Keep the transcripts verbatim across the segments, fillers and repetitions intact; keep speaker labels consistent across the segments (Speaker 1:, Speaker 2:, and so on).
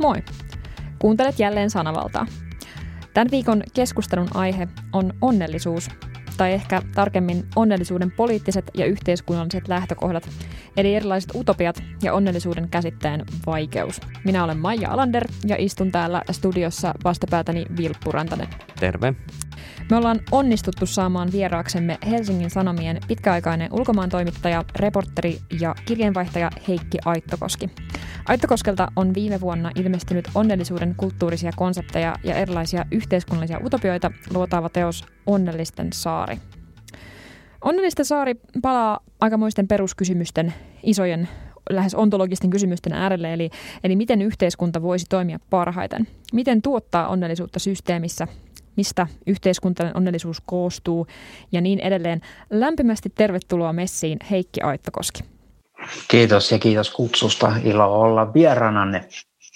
Speaker 1: Moi! Kuuntelet jälleen Sanavaltaa. Tämän viikon keskustelun aihe on onnellisuus, tai ehkä tarkemmin onnellisuuden poliittiset ja yhteiskunnalliset lähtökohdat, eli erilaiset utopiat ja onnellisuuden käsitteen vaikeus. Minä olen Maija Alander ja istun täällä studiossa vastapäätäni Vilppu Rantanen.
Speaker 2: Terve.
Speaker 1: Me ollaan onnistuttu saamaan vieraaksemme Helsingin Sanomien pitkäaikainen ulkomaantoimittaja, reporteri ja kirjeenvaihtaja Heikki Aittokoski. Aittokoskelta on viime vuonna ilmestynyt onnellisuuden kulttuurisia konsepteja ja erilaisia yhteiskunnallisia utopioita luotaava teos Onnellisten saari. Onnellisten saari palaa aikamoisten peruskysymysten, isojen, lähes ontologisten kysymysten äärelle, eli, eli miten yhteiskunta voisi toimia parhaiten. Miten tuottaa onnellisuutta systeemissä, mistä yhteiskuntainen onnellisuus koostuu ja niin edelleen. Lämpimästi tervetuloa messiin Heikki Aittokoski.
Speaker 3: Kiitos ja kiitos kutsusta. Ilo olla vieraananne.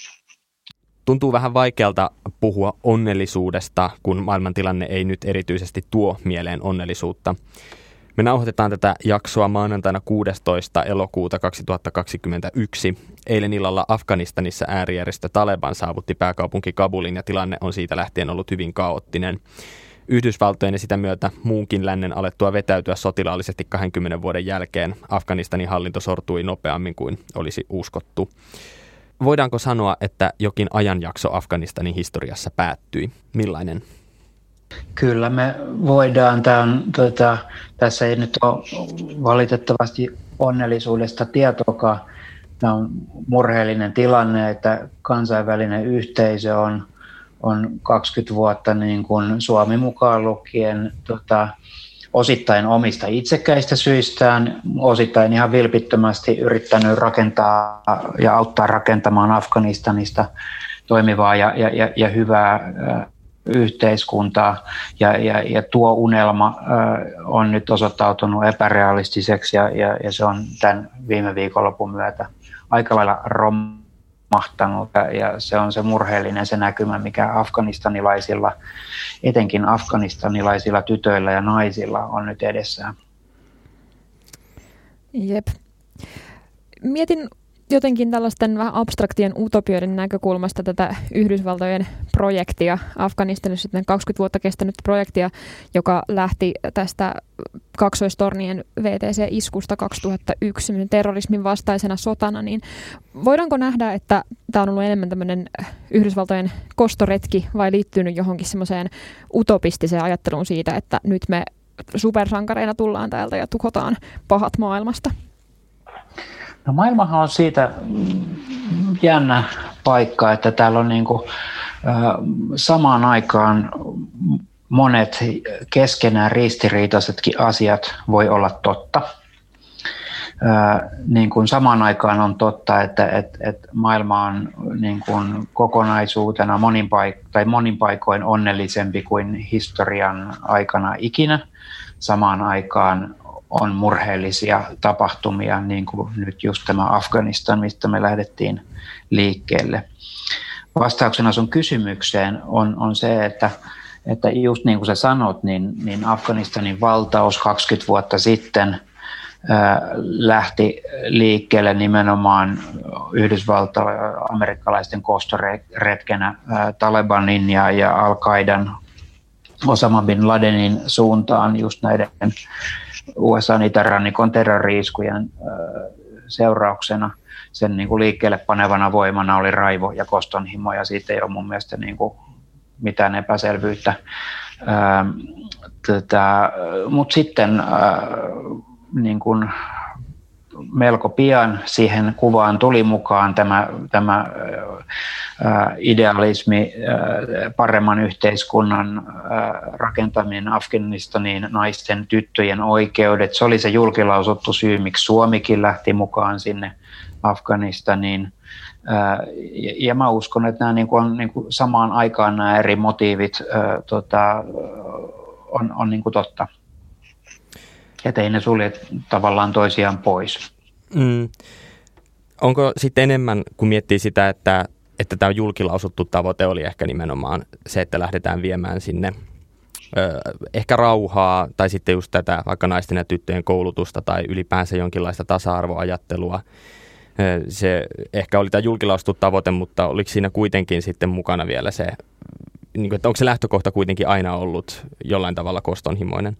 Speaker 2: Tuntuu vähän vaikealta puhua onnellisuudesta, kun maailmantilanne ei nyt erityisesti tuo mieleen onnellisuutta. Me nauhoitetaan tätä jaksoa maanantaina kuudestoista elokuuta kaksituhattakaksikymmentäyksi. Eilen illalla Afganistanissa äärijärjestö Taleban saavutti pääkaupunki Kabulin ja tilanne on siitä lähtien ollut hyvin kaoottinen. Yhdysvaltojen ja sitä myötä muunkin lännen alettua vetäytyä sotilaallisesti kahdenkymmenen vuoden jälkeen Afganistanin hallinto sortui nopeammin kuin olisi uskottu. Voidaanko sanoa, että jokin ajanjakso Afganistanin historiassa päättyi? Millainen?
Speaker 3: Kyllä me voidaan. Tämä on, tuota, tässä ei nyt ole valitettavasti onnellisuudesta tietoakaan. Tämä on murheellinen tilanne, että kansainvälinen yhteisö on, on kaksikymmentä vuotta niin kuin Suomi mukaan lukien tota, osittain omista itsekkäistä syistään, osittain ihan vilpittömästi yrittänyt rakentaa ja auttaa rakentamaan Afganistanista toimivaa ja, ja, ja hyvää yhteiskuntaa, ja, ja, ja tuo unelma ö, on nyt osoittautunut epärealistiseksi, ja, ja, ja se on tämän viime viikonlopun myötä aika lailla romahtanut, ja, ja se on se murheellinen se näkymä, mikä afganistanilaisilla, etenkin afganistanilaisilla tytöillä ja naisilla on nyt edessään.
Speaker 1: Jep. Mietin jotenkin tällaisten vähän abstraktien utopioiden näkökulmasta tätä Yhdysvaltojen projektia, Afganistanissa sitten kaksikymmentä vuotta kestänyt projektia, joka lähti tästä kaksoistornien V T C-iskusta kaksituhattayksi terrorismin vastaisena sotana, niin voidaanko nähdä, että tämä on ollut enemmän tämmöinen Yhdysvaltojen kostoretki vai liittynyt johonkin semmoiseen utopistiseen ajatteluun siitä, että nyt me supersankareina tullaan täältä ja tuhotaan pahat maailmasta?
Speaker 3: No maailmahan on siitä jännä paikka, että täällä on niin kuin, äh, samaan aikaan monet keskenään ristiriitaisetkin asiat voi olla totta. Äh, niin kuin samaan aikaan on totta, että et, et maailma on niin kuin kokonaisuutena monin, paik- tai monin paikoin onnellisempi kuin historian aikana ikinä. Samaan aikaan on murheellisia tapahtumia, niin kuin nyt just tämä Afganistan, mistä me lähdettiin liikkeelle. Vastauksena sun kysymykseen on, on se, että, että just niin kuin sä sanot, niin, niin Afganistanin valtaus kaksikymmentä vuotta sitten ää, lähti liikkeelle nimenomaan Yhdysvaltain amerikkalaisten kostoretkenä ää, Talebanin ja, ja Al-Qaidan Osama bin Ladenin suuntaan just näiden U S A:n itärannikon terrori-iskujen seurauksena. Sen niin kuin liikkeelle panevana voimana oli raivo ja kostonhimo, ja siitä ei ole mun mielestä niin kuin mitään epäselvyyttä. Mutta sitten niin kuin melko pian siihen kuvaan tuli mukaan tämä, tämä idealismi, paremman yhteiskunnan rakentaminen, Afganistanin naisten, tyttöjen oikeudet. Se oli se julkilausuttu syy, miksi Suomikin lähti mukaan sinne Afganistaniin. Ja mä uskon, että nämä on niin kuin samaan aikaan nämä eri motiivit tota, on, on niin kuin totta. Että ei ne sulje tavallaan toisiaan pois.
Speaker 2: Mm. Onko sitten enemmän, kun miettii sitä, että, että tämä julkilausuttu tavoite oli ehkä nimenomaan se, että lähdetään viemään sinne ö, ehkä rauhaa tai sitten just tätä vaikka naisten ja tyttöjen koulutusta tai ylipäänsä jonkinlaista tasa-arvoajattelua, Se ehkä oli tämä julkilaustu tavoite, mutta oliko siinä kuitenkin sitten mukana vielä se, niin kuin, että onko se lähtökohta kuitenkin aina ollut jollain tavalla kostonhimoinen?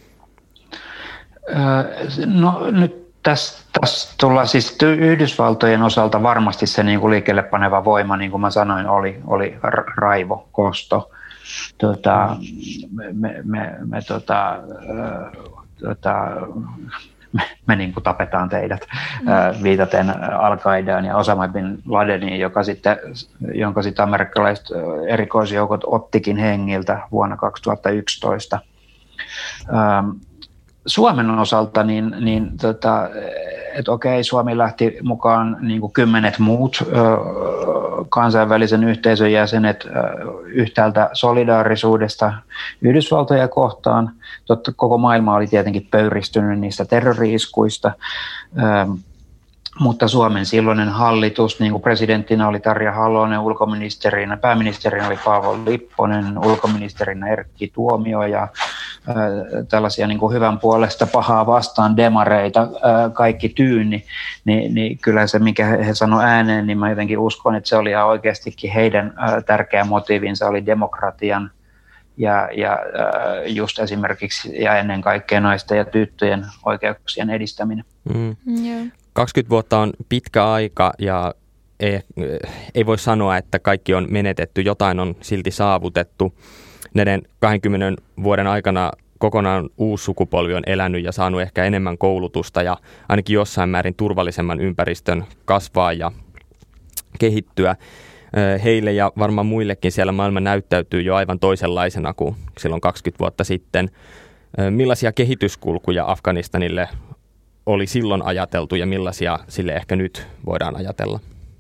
Speaker 3: No nyt tässä, tässä tullaan siis Yhdysvaltojen osalta varmasti se niin kuin liikkeelle paneva voima, niin kuin mä sanoin, oli, oli raivo, kosto. Tota, me me, me, tota, tota, me, me niin kuin tapetaan teidät mm. viitaten Al-Qaidaan ja Osama bin Ladeniin, joka sitten, jonka sitten amerikkalaiset erikoisjoukot ottikin hengiltä vuonna kaksituhattayksitoista. Ähm, Suomen osalta, niin, niin tota, että okei, Suomi lähti mukaan niin kuin kymmenet muut ö, kansainvälisen yhteisön jäsenet ö, yhtäältä solidaarisuudesta Yhdysvaltoja kohtaan. Totta, koko maailma oli tietenkin pöyristynyt niistä terrori-iskuista, ö, mutta Suomen silloinen hallitus, niin kuin presidenttinä oli Tarja Halonen, ulkoministerinä, pääministerinä oli Paavo Lipponen, ulkoministerinä Erkki Tuomioja, tällaisia niin kuin hyvän puolesta pahaa vastaan demareita, kaikki tyyni, niin, niin kyllä se, mikä he sanoivat ääneen, niin mä jotenkin uskon, että se oli ihan oikeastikin heidän tärkeä motiivinsa, oli demokratian ja, ja just esimerkiksi ja ennen kaikkea naisten ja tyttöjen oikeuksien edistäminen. Mm.
Speaker 2: Yeah. kaksikymmentä vuotta on pitkä aika ja ei, ei voi sanoa, että kaikki on menetetty, jotain on silti saavutettu. Näiden kahdenkymmenen vuoden aikana kokonaan uusi sukupolvi on elänyt ja saanut ehkä enemmän koulutusta ja ainakin jossain määrin turvallisemman ympäristön kasvaa ja kehittyä. Heille ja varmaan muillekin siellä maailma näyttäytyy jo aivan toisenlaisena kuin silloin kaksikymmentä vuotta sitten. Millaisia kehityskulkuja Afganistanille oli silloin ajateltu ja millaisia sille ehkä nyt voidaan ajatella?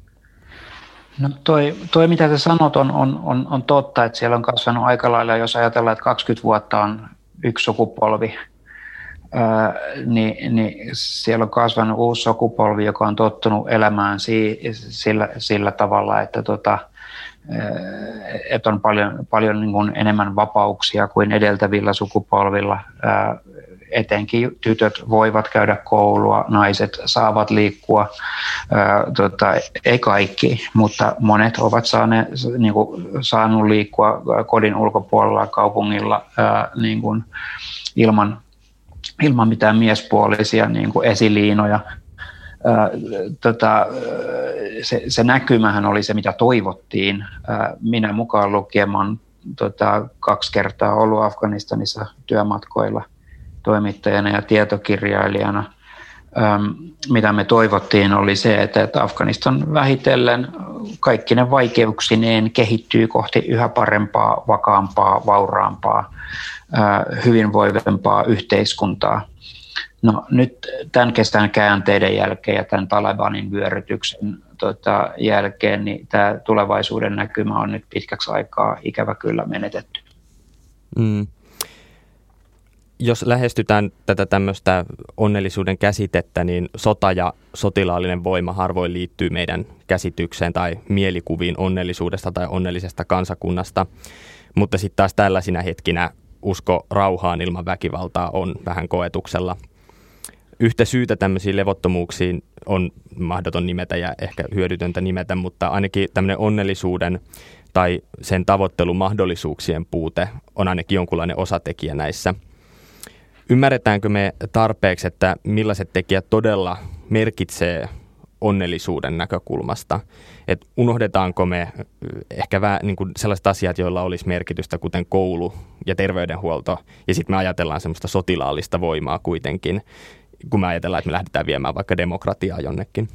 Speaker 3: No toi, toi mitä sä sanot on, on, on, on totta, että siellä on kasvanut aika lailla, jos ajatellaan, että kaksikymmentä vuotta on yksi sukupolvi, ää, niin, niin siellä on kasvanut uusi sukupolvi, joka on tottunut elämään si, sillä, sillä tavalla, että, tota, että on paljon, paljon niin kuin enemmän vapauksia kuin edeltävillä sukupolvilla. Ää, etenkin tytöt voivat käydä koulua, naiset saavat liikkua, ää, tota, ei kaikki, mutta monet ovat saaneet, niin kuin, saanut liikkua kodin ulkopuolella kaupungilla ää, niin kuin, ilman, ilman mitään miespuolisia niin kuin esiliinoja. Ää, tota, se, se näkymähän oli se, mitä toivottiin. Ää, minä mukaan lukien, mä olen tota, kaksi kertaa ollut Afganistanissa työmatkoilla toimittajana ja tietokirjailijana. Ähm, mitä me toivottiin oli se, että, että Afganistan vähitellen kaikkine vaikeuksineen kehittyy kohti yhä parempaa, vakaampaa, vauraampaa, äh, hyvinvoivempaa yhteiskuntaa. No nyt tämän kesän käänteiden jälkeen ja tämän Talibanin vyörytyksen tota, jälkeen, niin tämä tulevaisuuden näkymä on nyt pitkäksi aikaa ikävä kyllä menetetty.
Speaker 2: Mm. Jos lähestytään tätä tämmöistä onnellisuuden käsitettä, niin sota ja sotilaallinen voima harvoin liittyy meidän käsitykseen tai mielikuviin onnellisuudesta tai onnellisesta kansakunnasta. Mutta sitten taas tällaisina hetkinä usko rauhaan ilman väkivaltaa on vähän koetuksella. Yhtä syytä tämmöisiin levottomuuksiin on mahdoton nimetä ja ehkä hyödytöntä nimetä, mutta ainakin tämmöinen onnellisuuden tai sen tavoittelumahdollisuuksien puute on ainakin jonkunlainen osatekijä näissä. Ymmärretäänkö me tarpeeksi, että millaiset tekijät todella merkitsee onnellisuuden näkökulmasta? Et unohdetaanko me ehkä vähän niin kuin sellaiset asiat, joilla olisi merkitystä, kuten koulu ja terveydenhuolto, ja sitten me ajatellaan semmoista sotilaallista voimaa kuitenkin, kun me ajatellaan, että me lähdetään viemään vaikka demokratiaa jonnekin?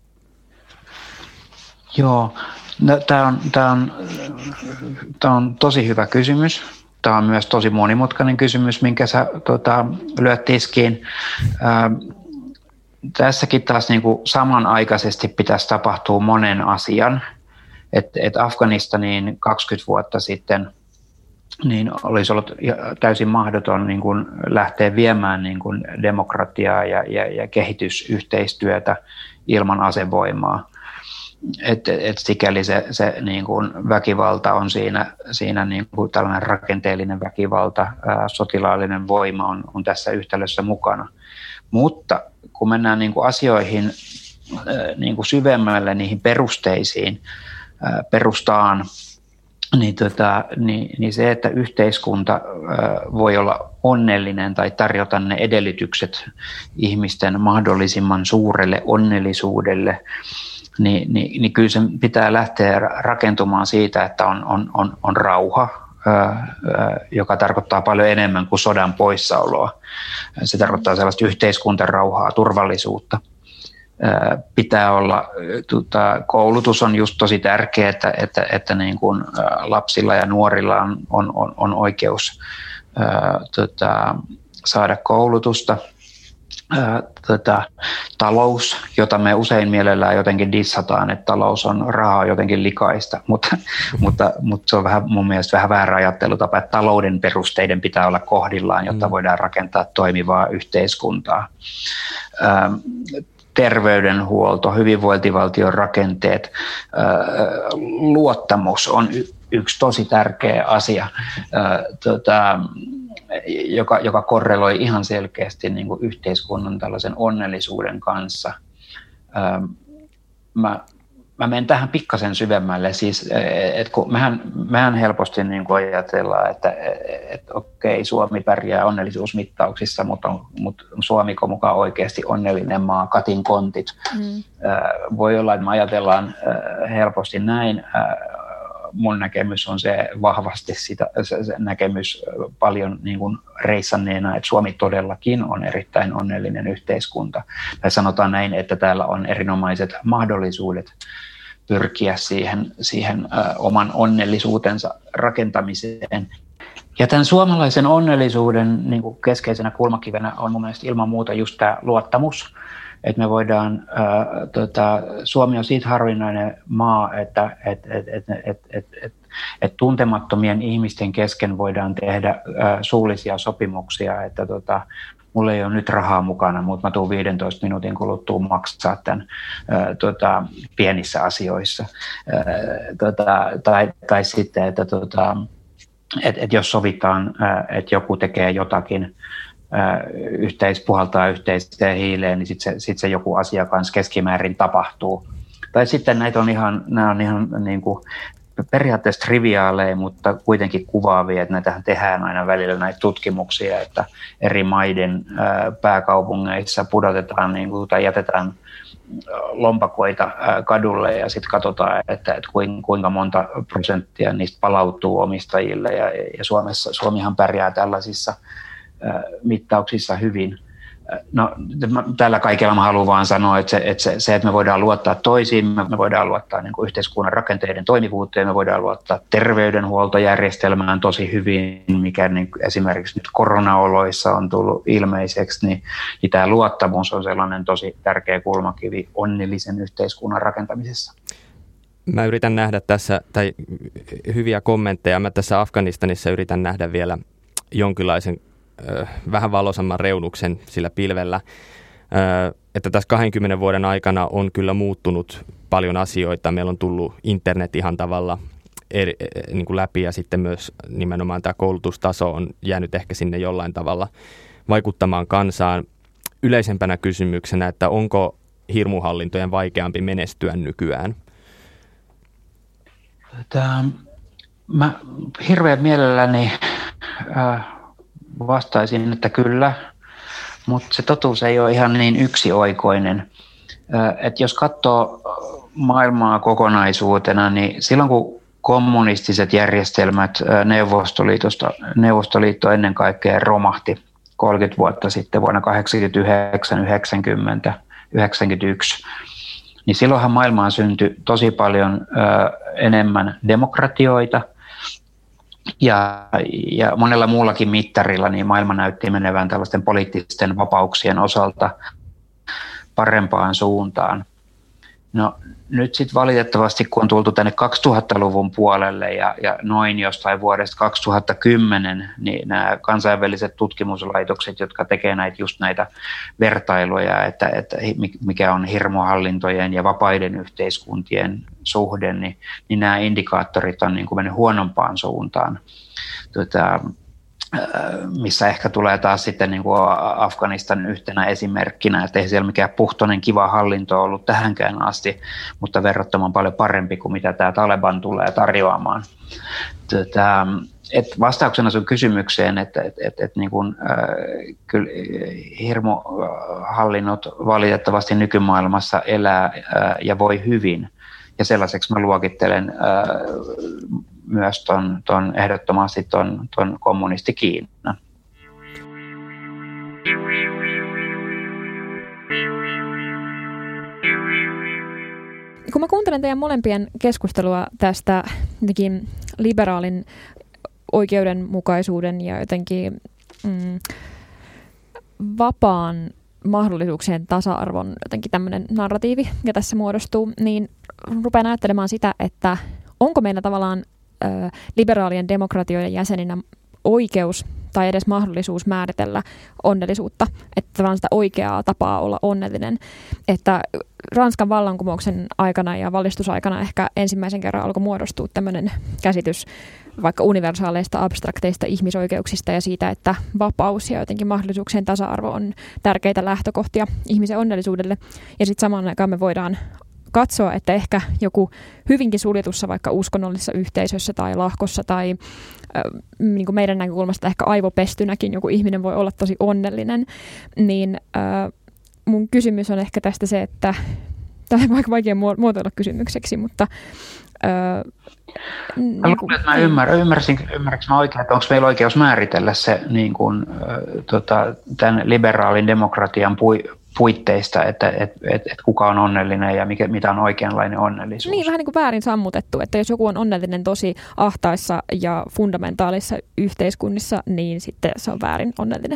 Speaker 3: Joo, no, tämä on, tää on, tää on tosi hyvä kysymys. Tämä on myös tosi monimutkainen kysymys, minkä sä tota, lyöt tiskiin. Ää, tässäkin taas niin kuin samanaikaisesti pitäisi tapahtua monen asian. Et, et Afganistaniin kaksikymmentä vuotta sitten niin olisi ollut täysin mahdoton niin kuin lähteä viemään niin kuin demokratiaa ja, ja, ja kehitysyhteistyötä ilman asevoimaa. Että et sikäli se, se niin kuin väkivalta on siinä, siinä niin kuin tällainen rakenteellinen väkivalta, ää, sotilaallinen voima on, on tässä yhtälössä mukana. Mutta kun mennään niin kuin asioihin niin kuin syvemmälle niihin perusteisiin, perustaan, niin, tota, niin, niin se, että yhteiskunta voi olla onnellinen tai tarjota ne edellytykset ihmisten mahdollisimman suurelle onnellisuudelle, niin, niin, niin kyllä sen pitää lähteä rakentumaan siitä, että on, on, on, on rauha, joka tarkoittaa paljon enemmän kuin sodan poissaoloa. Se tarkoittaa sellaista yhteiskuntarauhaa, turvallisuutta. Pitää olla, tuota, koulutus on just tosi tärkeää, että, että, että niin kuin lapsilla ja nuorilla on, on, on oikeus ää, tuota, saada koulutusta. Ää, tuota, talous, jota me usein mielellään jotenkin dissataan, että talous on rahaa jotenkin likaista, mutta, mutta, mutta se on vähän, mun mielestä vähän väärä ajattelutapa, että talouden perusteiden pitää olla kohdillaan, jotta mm. voidaan rakentaa toimivaa yhteiskuntaa. Ää, terveydenhuolto, hyvinvointivaltion rakenteet, luottamus on yksi tosi tärkeä asia, tota, joka, joka korreloi ihan selkeästi niin kuin yhteiskunnan tällaisen onnellisuuden kanssa. Mä, mä menen tähän pikkasen syvemmälle, siis, että kun mehän, mehän helposti niin kuin ajatellaan, että et, okei, Suomi pärjää onnellisuusmittauksissa, mutta, mutta Suomiko mukaan oikeasti onnellinen maa, katin kontit. Mm. Voi olla, että me ajatellaan helposti näin. Mun näkemys on se vahvasti sitä, se, se näkemys paljon niin kuin reissanneena, että Suomi todellakin on erittäin onnellinen yhteiskunta. Tai sanotaan näin, että täällä on erinomaiset mahdollisuudet pyrkiä siihen, siihen ö, oman onnellisuutensa rakentamiseen. Ja tämän suomalaisen onnellisuuden niin kuin keskeisenä kulmakivenä on mun mielestä ilman muuta just tämä luottamus. Että me voidaan, ää, tota, Suomi on siitä harvinainen maa, että et, et, et, et, et, et, et tuntemattomien ihmisten kesken voidaan tehdä ää, suullisia sopimuksia, että tota, mulla ei ole nyt rahaa mukana, mutta mä tuun viidentoista minuutin kuluttua maksaa tämän ää, tota, pienissä asioissa. Ää, tota, tai, tai sitten, että tota, et, et jos sovitaan, ää, että joku tekee jotakin, yhteis puhaltaa yhteiseen hiileen, niin sitten se, sit se joku asia kanssa keskimäärin tapahtuu. Tai sitten näitä on ihan, nämä on ihan niin kuin periaatteessa triviaaleja, mutta kuitenkin kuvaavia, että näitähän tehdään aina välillä näitä tutkimuksia, että eri maiden pääkaupungeissa pudotetaan niin kuin, tai jätetään lompakoita kadulle ja sitten katsotaan, että, että kuinka monta prosenttia niistä palautuu omistajille. Ja, ja Suomessa, Suomihan pärjää tällaisissa mittauksissa hyvin. No, tällä kaikella mä haluan vaan sanoa, että se, että, se, että me voidaan luottaa toisiin, me voidaan luottaa niin kuin yhteiskunnan rakenteiden toimivuuteen, me voidaan luottaa terveydenhuoltojärjestelmään tosi hyvin, mikä niin kuin esimerkiksi nyt koronaoloissa on tullut ilmeiseksi, niin, niin tämä luottamus on sellainen tosi tärkeä kulmakivi onnellisen yhteiskunnan rakentamisessa.
Speaker 2: Mä yritän nähdä tässä, tai hyviä kommentteja, mä tässä Afganistanissa yritän nähdä vielä jonkinlaisen vähän valoisamman reunuksen sillä pilvellä, että tässä kahdenkymmenen vuoden aikana on kyllä muuttunut paljon asioita. Meillä on tullut internet ihan tavalla eri, niin kuin läpi ja sitten myös nimenomaan tämä koulutustaso on jäänyt ehkä sinne jollain tavalla vaikuttamaan kansaan. Yleisempänä kysymyksenä, että onko hirmuhallintojen vaikeampi menestyä nykyään?
Speaker 3: Tämä, mä hirveän mielelläni äh, vastaisin, että kyllä, mutta se totuus ei ole ihan niin yksioikoinen. Että jos katsoo maailmaa kokonaisuutena, niin silloin kun kommunistiset järjestelmät Neuvostoliitosta, Neuvostoliitto ennen kaikkea romahti kolmekymmentä vuotta sitten vuonna kahdeksankymmentäyhdeksän, yhdeksänkymmentä, yhdeksänkymmentäyksi, niin silloinhan maailmaan syntyi tosi paljon enemmän demokratioita, Ja, ja monella muullakin mittarilla niin maailma näytti menevän tällaisten poliittisten vapauksien osalta parempaan suuntaan. No nyt sitten valitettavasti, kun on tultu tänne kaksituhattaluvun puolelle ja, ja noin jostain vuodesta kaksituhattakymmenen, niin nämä kansainväliset tutkimuslaitokset, jotka tekevät näitä, just näitä vertailuja, että, että mikä on hirmuhallintojen ja vapaiden yhteiskuntien suhde, niin, niin nämä indikaattorit on niin kuin mennyt huonompaan suuntaan. Tota, missä ehkä tulee taas sitten niin kuin Afganistan yhtenä esimerkkinä, että ei siellä mikään puhtoinen kiva hallinto ollut tähänkään asti, mutta verrattoman paljon parempi kuin mitä tämä Taleban tulee tarjoamaan. Tätä, et vastauksena sun kysymykseen, että et, et, et niin kuin, äh, kyllä hirmuhallinnot valitettavasti nykymaailmassa elää äh, ja voi hyvin, ja sellaiseksi mä luokittelen äh, myös ton, ton ehdottomasti ton, ton kommunistikiinan.
Speaker 1: Kun mä kuuntelen teidän molempien keskustelua tästä jotenkin liberaalin oikeudenmukaisuuden ja jotenkin mm, vapaan mahdollisuuksien tasa-arvon jotenkin tämmöinen narratiivi, ja tässä muodostuu, niin rupean ajattelemaan sitä, että onko meillä tavallaan ö, liberaalien demokratioiden jäseninä oikeus tai edes mahdollisuus määritellä onnellisuutta, että vaan sitä oikeaa tapaa olla onnellinen. Että Ranskan vallankumouksen aikana ja valistusaikana ehkä ensimmäisen kerran alkoi muodostua tämmöinen käsitys vaikka universaaleista abstrakteista ihmisoikeuksista ja siitä, että vapaus ja jotenkin mahdollisuuksien tasa-arvo on tärkeitä lähtökohtia ihmisen onnellisuudelle. Ja sitten samaan aikaan me voidaan katsoa, että ehkä joku hyvinkin suljetussa vaikka uskonnollisessa yhteisössä tai lahkossa tai äh, niin kuin meidän näkökulmasta ehkä aivopestynäkin joku ihminen voi olla tosi onnellinen, niin äh, mun kysymys on ehkä tästä se, että tämä on vaikka vaikea muotoilla kysymykseksi, mutta äh,
Speaker 3: Mä luulen, että mä ymmärrän, ymmärsin, ymmärränkö mä oikein, että onko meillä oikeus määritellä se niin kuin, äh, tota, tämän liberaalin demokratian pui, puitteista, että et, et, et kuka on onnellinen ja mikä, mitä on oikeanlainen onnellisuus.
Speaker 1: Niin, vähän niin kuin väärin sammutettu, että jos joku on onnellinen tosi ahtaissa ja fundamentaalissa yhteiskunnissa, niin sitten se on väärin onnellinen.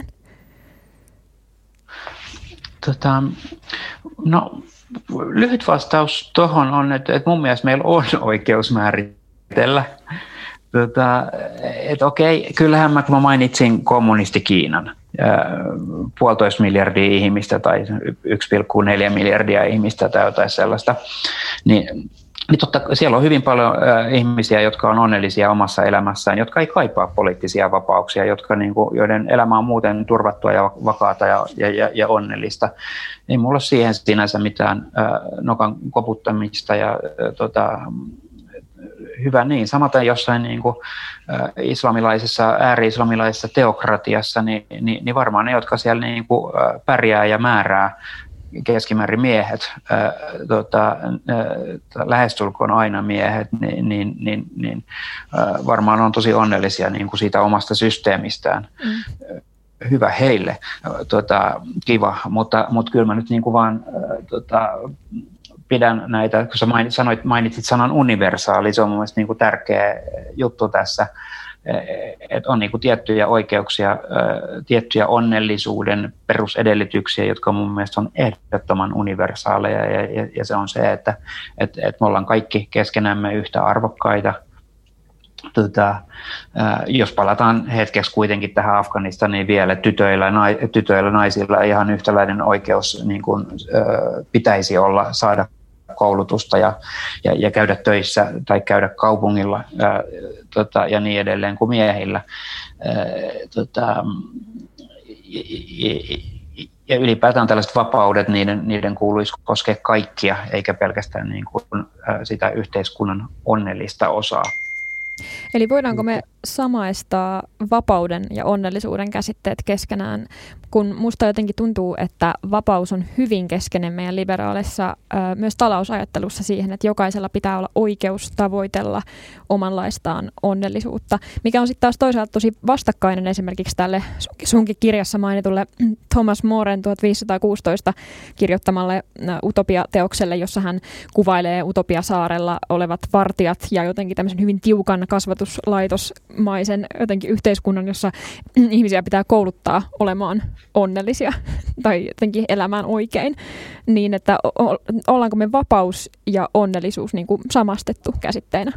Speaker 3: Tota, no, lyhyt vastaus tuohon on, että, että mun mielestä meillä on oikeus määritellä. Tota, että okei, kyllähän mä, kun mä mainitsin kommunistikiinan, puolitoista miljardia ihmistä tai yksi pilkku neljä miljardia ihmistä tai jotain sellaista, niin, niin totta, siellä on hyvin paljon äh, ihmisiä, jotka on onnellisia omassa elämässään, jotka ei kaipaa poliittisia vapauksia, jotka, niin kuin, joiden elämä on muuten turvattua ja vakaata ja, ja, ja onnellista. Ei mulla ole siihen sinänsä mitään äh, nokan koputtamista ja äh, tota, hyvä niin. Samaten jossain niin kuin, äh, islamilaisessa, ääri-islamilaisessa teokratiassa, niin, niin, niin varmaan ne, jotka siellä niin kuin, äh, pärjää ja määrää, keskimäärin miehet, äh, tota, äh, lähestulkoon aina miehet, niin, niin, niin, niin äh, varmaan on tosi onnellisia niin kuin siitä omasta systeemistään. Mm. Hyvä heille, tota, kiva, mutta, mutta kyllä mä nyt niin kuin vaan äh, tota, pidän näitä, kun sä mainit, sanoit, mainitsit sanan universaali, se on mun mielestä niin kuin tärkeä juttu tässä, että on niin kuin tiettyjä oikeuksia, tiettyjä onnellisuuden perusedellytyksiä, jotka mun mielestä on ehdottoman universaaleja, ja, ja, ja se on se, että et, et me ollaan kaikki keskenämme yhtä arvokkaita. Tota, jos palataan hetkeksi kuitenkin tähän Afganistaniin vielä, tytöillä, tytöillä naisilla ihan yhtäläinen oikeus niin kuin, pitäisi olla saada koulutusta ja, ja, ja käydä töissä tai käydä kaupungilla ää, tota, ja niin edelleen kuin miehillä. Ää, tota, ja, ja ylipäätään tällaiset vapaudet, niiden, niiden kuuluisi koskea kaikkia, eikä pelkästään niin kuin, ää, sitä yhteiskunnan onnellista osaa.
Speaker 1: Eli voidaanko me samaistaa vapauden ja onnellisuuden käsitteet keskenään, kun musta jotenkin tuntuu, että vapaus on hyvin keskeinen meidän liberaalissa myös talousajattelussa siihen, että jokaisella pitää olla oikeus tavoitella omanlaistaan onnellisuutta, mikä on sitten taas toisaalta tosi vastakkainen esimerkiksi tälle sunkin kirjassa mainitulle Thomas Moren tuhatviisisataakuusitoista kirjoittamalle Utopia-teokselle, jossa hän kuvailee Utopia-saarella olevat vartijat ja jotenkin tämmöisen hyvin tiukan kasvatuslaitosmaisen jotenkin yhteiskunnan, jossa ihmisiä pitää kouluttaa olemaan onnellisia tai jotenkin elämään oikein, niin että ollaanko me vapaus ja onnellisuus niin kuin samastettu käsitteinä?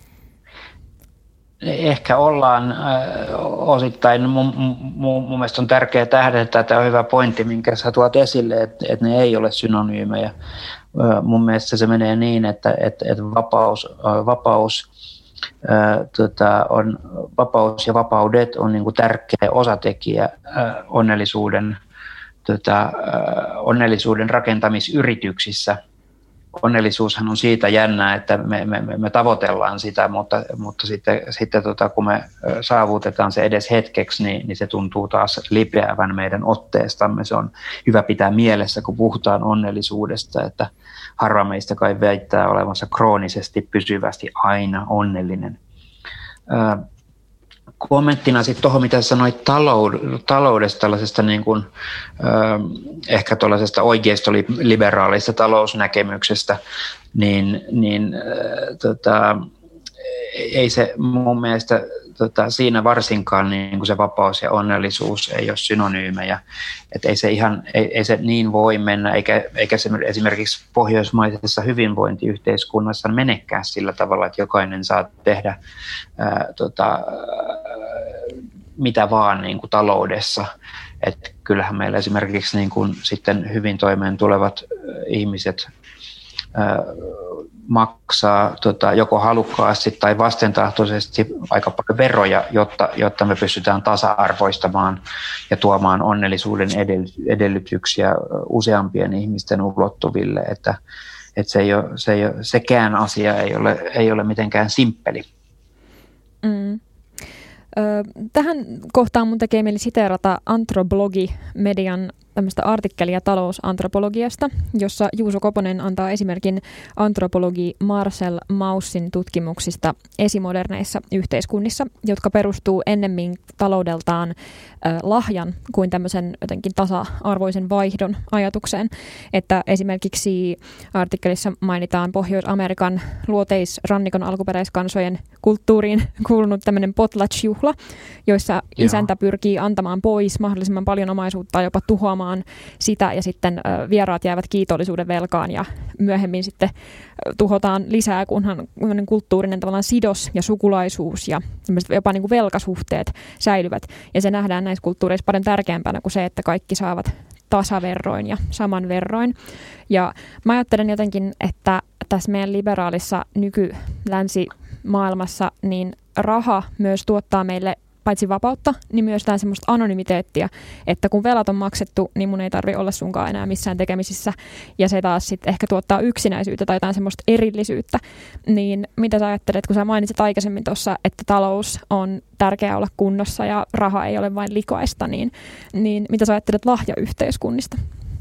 Speaker 3: Ehkä ollaan äh, osittain. Mun, mun, mun mielestä on tärkeää tähdentää, tämä on hyvä pointti, minkä sä tuot esille, että, että ne ei ole synonyymejä. Äh, mun mielestä se menee niin, että, että, että vapaus, äh, vapaus ää, tota, on, vapaus ja vapaudet on niin kuin tärkeä osatekijä ää, onnellisuuden, tota, ää, onnellisuuden rakentamisyrityksissä. Onnellisuushan on siitä jännää, että me, me, me tavoitellaan sitä, mutta, mutta sitten, sitten tota, kun me saavutetaan se edes hetkeksi, niin, niin se tuntuu taas lipeävän meidän otteestamme. Se on hyvä pitää mielessä, kun puhutaan onnellisuudesta, että harva meistä kai väittää olevansa kroonisesti pysyvästi aina onnellinen. Ää, kommenttina sitten tuohon, mitä sanoit taloudesta, tällaisesta niin kuin, äh, ehkä tuollaisesta oikeistoliberaalista talousnäkemyksestä, niin, niin äh, tota, ei se mun mielestä tota, siinä varsinkaan niin kuin se vapaus ja onnellisuus ei ole synonyymejä. Et ei se ihan, ei, ei se niin voi mennä, eikä, eikä se esimerkiksi pohjoismaisessa hyvinvointiyhteiskunnassa menekään sillä tavalla, että jokainen saa tehdä ää, tota, mitä vaan niin kuin taloudessa. Et kyllähän meillä esimerkiksi niin kuin sitten hyvin toimeen tulevat ihmiset ää, maksaa tota, joko halukkaasti tai vastentahtoisesti aika paljon veroja, jotta, jotta me pystytään tasa-arvoistamaan ja tuomaan onnellisuuden edellytyksiä useampien ihmisten ulottuville. Että, että se ei ole, se ei ole, sekään asia ei ole, ei ole mitenkään simppeli.
Speaker 1: Mm. Tähän kohtaan mun tekee mieli siteerata Anthropology-median tämmöistä artikkelia talousantropologiasta, jossa Juuso Koponen antaa esimerkin antropologi Marcel Maussin tutkimuksista esimoderneissa yhteiskunnissa, jotka perustuu ennemmin taloudeltaan äh, lahjan kuin tämmöisen jotenkin tasa-arvoisen vaihdon ajatukseen. Että esimerkiksi artikkelissa mainitaan Pohjois-Amerikan luoteisrannikon alkuperäiskansojen kulttuuriin kuulunut tämmöinen potlatch-juhla, joissa isäntä pyrkii antamaan pois mahdollisimman paljon omaisuutta, jopa tuhoamaan sitä, ja sitten vieraat jäävät kiitollisuuden velkaan ja myöhemmin sitten tuhotaan lisää, kunhan kulttuurinen tavallaan sidos ja sukulaisuus ja jopa niin kuin velkasuhteet säilyvät. Ja se nähdään näissä kulttuureissa paljon tärkeämpänä kuin se, että kaikki saavat tasaverroin ja saman verroin. Ja mä ajattelen jotenkin, että tässä meidän liberaalissa nyky-länsimaailmassa niin raha myös tuottaa meille paitsi vapautta, niin myös tämä semmoista anonymiteettia, että kun velat on maksettu, niin mun ei tarvitse olla sunkaan enää missään tekemisissä, ja se taas sitten ehkä tuottaa yksinäisyyttä tai jotain semmoista erillisyyttä. Niin mitä sä ajattelet, kun sä mainitsit aikaisemmin tuossa, että talous on tärkeää olla kunnossa ja raha ei ole vain likaista, niin, niin mitä sä ajattelet lahjayhteiskunnista?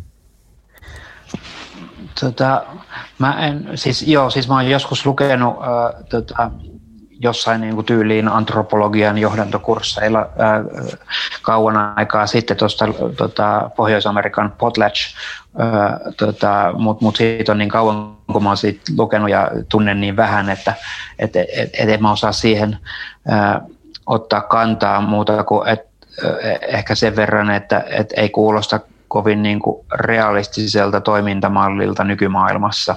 Speaker 3: Tota, mä en, siis, joo, siis mä oon joskus lukenut äh, tota, jossain niin kuin tyyliin antropologian johdantokursseilla ää, kauan aikaa sitten tuosta tota, Pohjois-Amerikan potlatch, tota, mutta mut siitä on niin kauan, kun mä oon siitä lukenut ja tunnen niin vähän, että et, et, et en mä osaa siihen ää, ottaa kantaa muuta kuin et, ehkä sen verran, että et ei kuulosta kovin niin kuin realistiselta toimintamallilta nykymaailmassa.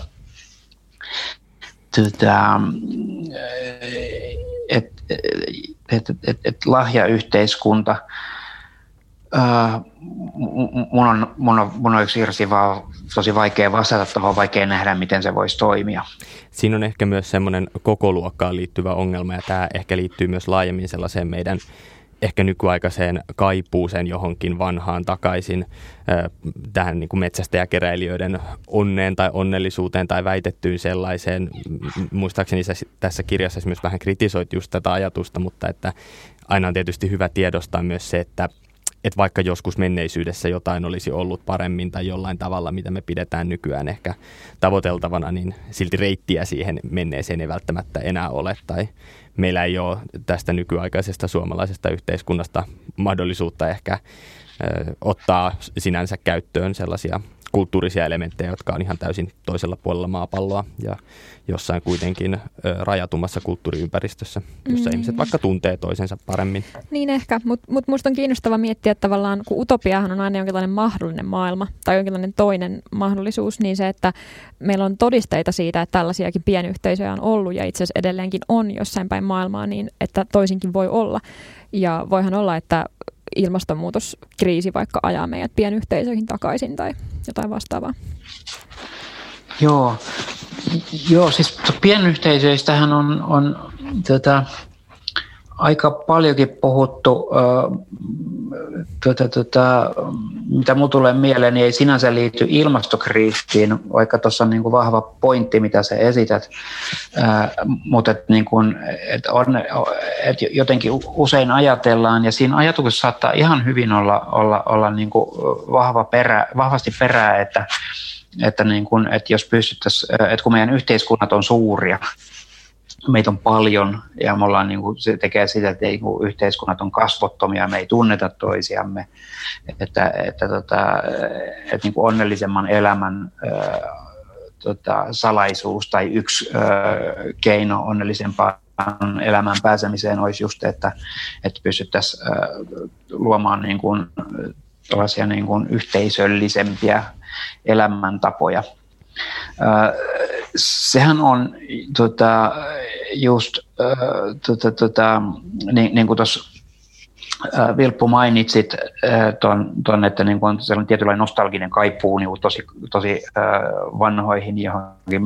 Speaker 3: Tota, että et, et, et lahjayhteiskunta, ää, mun, on, mun, on, mun on yksinkertaisesti vaan tosi vaikea vastata tuohon, vaikea nähdä, miten se voisi toimia.
Speaker 2: Siinä on ehkä myös semmoinen kokoluokkaan liittyvä ongelma, ja tämä ehkä liittyy myös laajemmin sellaiseen meidän ehkä nykyaikaiseen kaipuuseen johonkin vanhaan takaisin tähän niin kuin metsästäjäkeräilijöiden onneen tai onnellisuuteen tai väitettyyn sellaiseen. Muistaakseni tässä kirjassa myös vähän kritisoit just tätä ajatusta, mutta että aina on tietysti hyvä tiedostaa myös se, että että vaikka joskus menneisyydessä jotain olisi ollut paremmin tai jollain tavalla, mitä me pidetään nykyään ehkä tavoiteltavana, niin silti reittiä siihen menneeseen ei välttämättä enää ole. Tai meillä ei ole tästä nykyaikaisesta suomalaisesta yhteiskunnasta mahdollisuutta ehkä ö, ottaa sinänsä käyttöön sellaisia kulttuurisia elementtejä, jotka on ihan täysin toisella puolella maapalloa ja jossain kuitenkin ö, rajatummassa kulttuuriympäristössä, jossa mm. ihmiset vaikka tuntee toisensa paremmin.
Speaker 1: Niin ehkä, mutta mut musta on kiinnostava miettiä, että tavallaan kun utopiahan on aina jonkinlainen mahdollinen maailma tai jonkinlainen toinen mahdollisuus, niin se, että meillä on todisteita siitä, että tällaisiakin pienyhteisöjä on ollut ja itse asiassa edelleenkin on jossain päin maailmaa, niin että toisinkin voi olla. Ja voihan olla, että ilmastonmuutoskriisi vaikka ajaa meidät pienyhteisöihin takaisin tai jotain vastaavaa.
Speaker 3: Joo, Joo siis pienyhteisöistähän on, on tota, aika paljonkin puhuttu, tuota, tuota, mitä minulle tulee mieleen, niin ei sinänsä liity ilmastokriisiin, vaikka tuossa on niin kuin vahva pointti, mitä sä esität, ää, mutta et niin kuin, et on, et jotenkin usein ajatellaan, ja siinä ajatuksessa saattaa ihan hyvin olla, olla, olla niin kuin vahva perä, vahvasti perää, että, että, niin kuin, että jos pystyttäisiin, että kun meidän yhteiskunnat on suuria, meitä on paljon ja me ollaan, niin kuin, se tekee sitä, että ei, niin yhteiskunnat on kasvottomia, me ei tunneta toisiamme, että, että, tota, että niin kuin onnellisemman elämän ää, tota, salaisuus tai yksi ää, keino onnellisempaan elämään pääsemiseen olisi just, että, että pystyttäisiin ää, luomaan niin kuin, tällaisia niin kuin yhteisöllisempiä elämäntapoja. Ää, sehän on tota, just ää, tota, tota, niin, niin kuin tuossa Vilppu mainitsit tuon, ton, että niin kuin on sellainen tietynlainen nostalginen kaipuu niin tosi, tosi ää, vanhoihin johonkin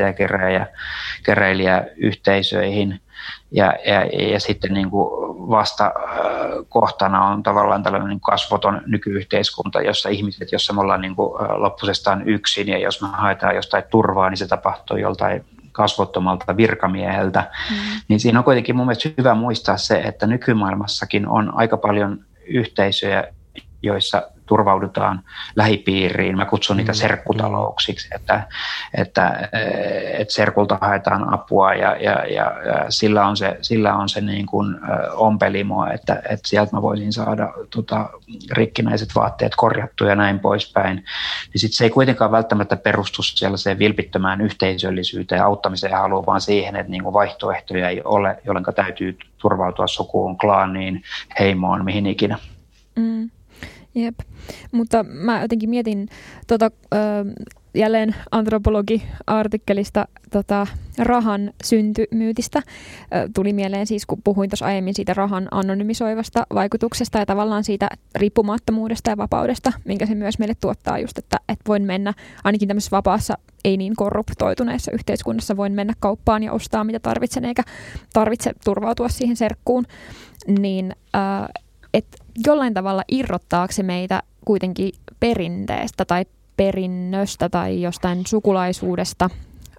Speaker 3: metsästäjäkeräilijäyhteisöihin. Ja, ja, ja sitten niin kuin vasta kohtana on tavallaan tällainen kasvoton nykyyhteiskunta, jossa ihmiset, jossa me ollaan niin kuin loppusestaan yksin, ja jos me haetaan jostain turvaa, niin se tapahtuu joltain kasvottomalta virkamieheltä. Mm. Niin siinä on kuitenkin mun mielestä hyvä muistaa se, että nykymaailmassakin on aika paljon yhteisöjä, joissa turvaudutaan lähipiiriin. Mä kutsun niitä serkkutalouksiksi, että, että, että serkulta haetaan apua ja, ja, ja, ja sillä on se, sillä on se niin kuin ompelimo, että, että sieltä mä voisin saada tota, rikkinäiset vaatteet korjattua ja näin poispäin. Niin sit se ei kuitenkaan välttämättä perustu sellaiseen vilpittömään yhteisöllisyyteen ja auttamiseen haluaa, vaan siihen, että niin kuin vaihtoehtoja ei ole, jolloin täytyy turvautua sukuun, klaaniin, heimoon, mihin ikinä.
Speaker 1: Mm. Jep, mutta mä jotenkin mietin tota, ö, jälleen antropologi-artikkelista tota, rahan syntymyytistä. Ö, tuli mieleen siis, kun puhuin tuossa aiemmin siitä rahan anonymisoivasta vaikutuksesta ja tavallaan siitä riippumattomuudesta ja vapaudesta, minkä se myös meille tuottaa just, että, että voin mennä ainakin tämmöisessä vapaassa, ei niin korruptoituneessa yhteiskunnassa, voin mennä kauppaan ja ostaa mitä tarvitsen, eikä tarvitse turvautua siihen serkkuun, niin ö, että jollain tavalla irrottaako se meitä kuitenkin perinteestä tai perinnöstä tai jostain sukulaisuudesta,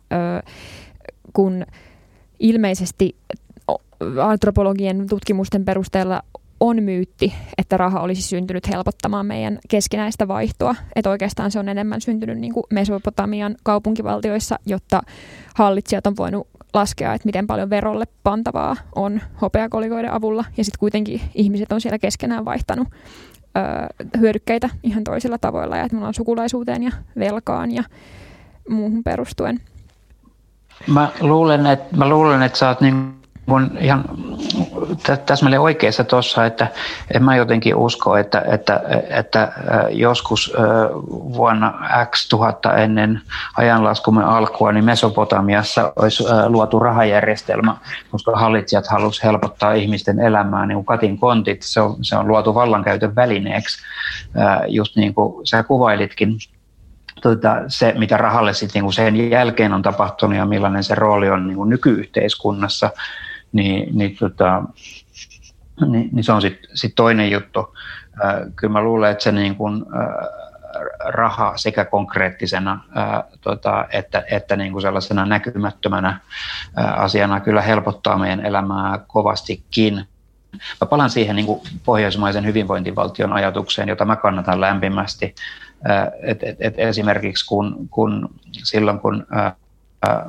Speaker 1: kun ilmeisesti antropologien tutkimusten perusteella on myytti, että raha olisi syntynyt helpottamaan meidän keskinäistä vaihtoa. Että oikeastaan se on enemmän syntynyt niin kuin Mesopotamian kaupunkivaltioissa, jotta hallitsijat on voinut laskea, että miten paljon verolle pantavaa on hopeakolikoiden avulla. Ja sitten kuitenkin ihmiset on siellä keskenään vaihtanut öö, hyödykkeitä ihan toisilla tavoilla. Ja että me ollaan sukulaisuuteen ja velkaan ja muuhun perustuen.
Speaker 3: Mä luulen, että, mä luulen, että sä oot niin kun ihan täsmälleen oikeassa tuossa, että en mä jotenkin usko, että, että, että joskus vuonna X tuhatta ennen ajanlaskumme alkua, niin Mesopotamiassa olisi luotu rahajärjestelmä, koska hallitsijat halusivat helpottaa ihmisten elämää, niin kuin katin kontit, se on, se on luotu vallankäytön välineeksi, just niin kuin sä kuvailitkin. Tuota, se, mitä rahalle sitten niin sen jälkeen on tapahtunut ja millainen se rooli on niin nykyyhteiskunnassa, niin, niin, tota, niin, niin se on sitten sit toinen juttu. Äh, kyllä mä luulen, että se niin kuin, äh, raha sekä konkreettisena äh, tota, että, että niin kuin sellaisena näkymättömänä äh, asiana kyllä helpottaa meidän elämää kovastikin. Mä palaan siihen niin kuin pohjoismaisen hyvinvointivaltion ajatukseen, jota mä kannatan lämpimästi. Et, et, et esimerkiksi kun, kun silloin kun ää, ää,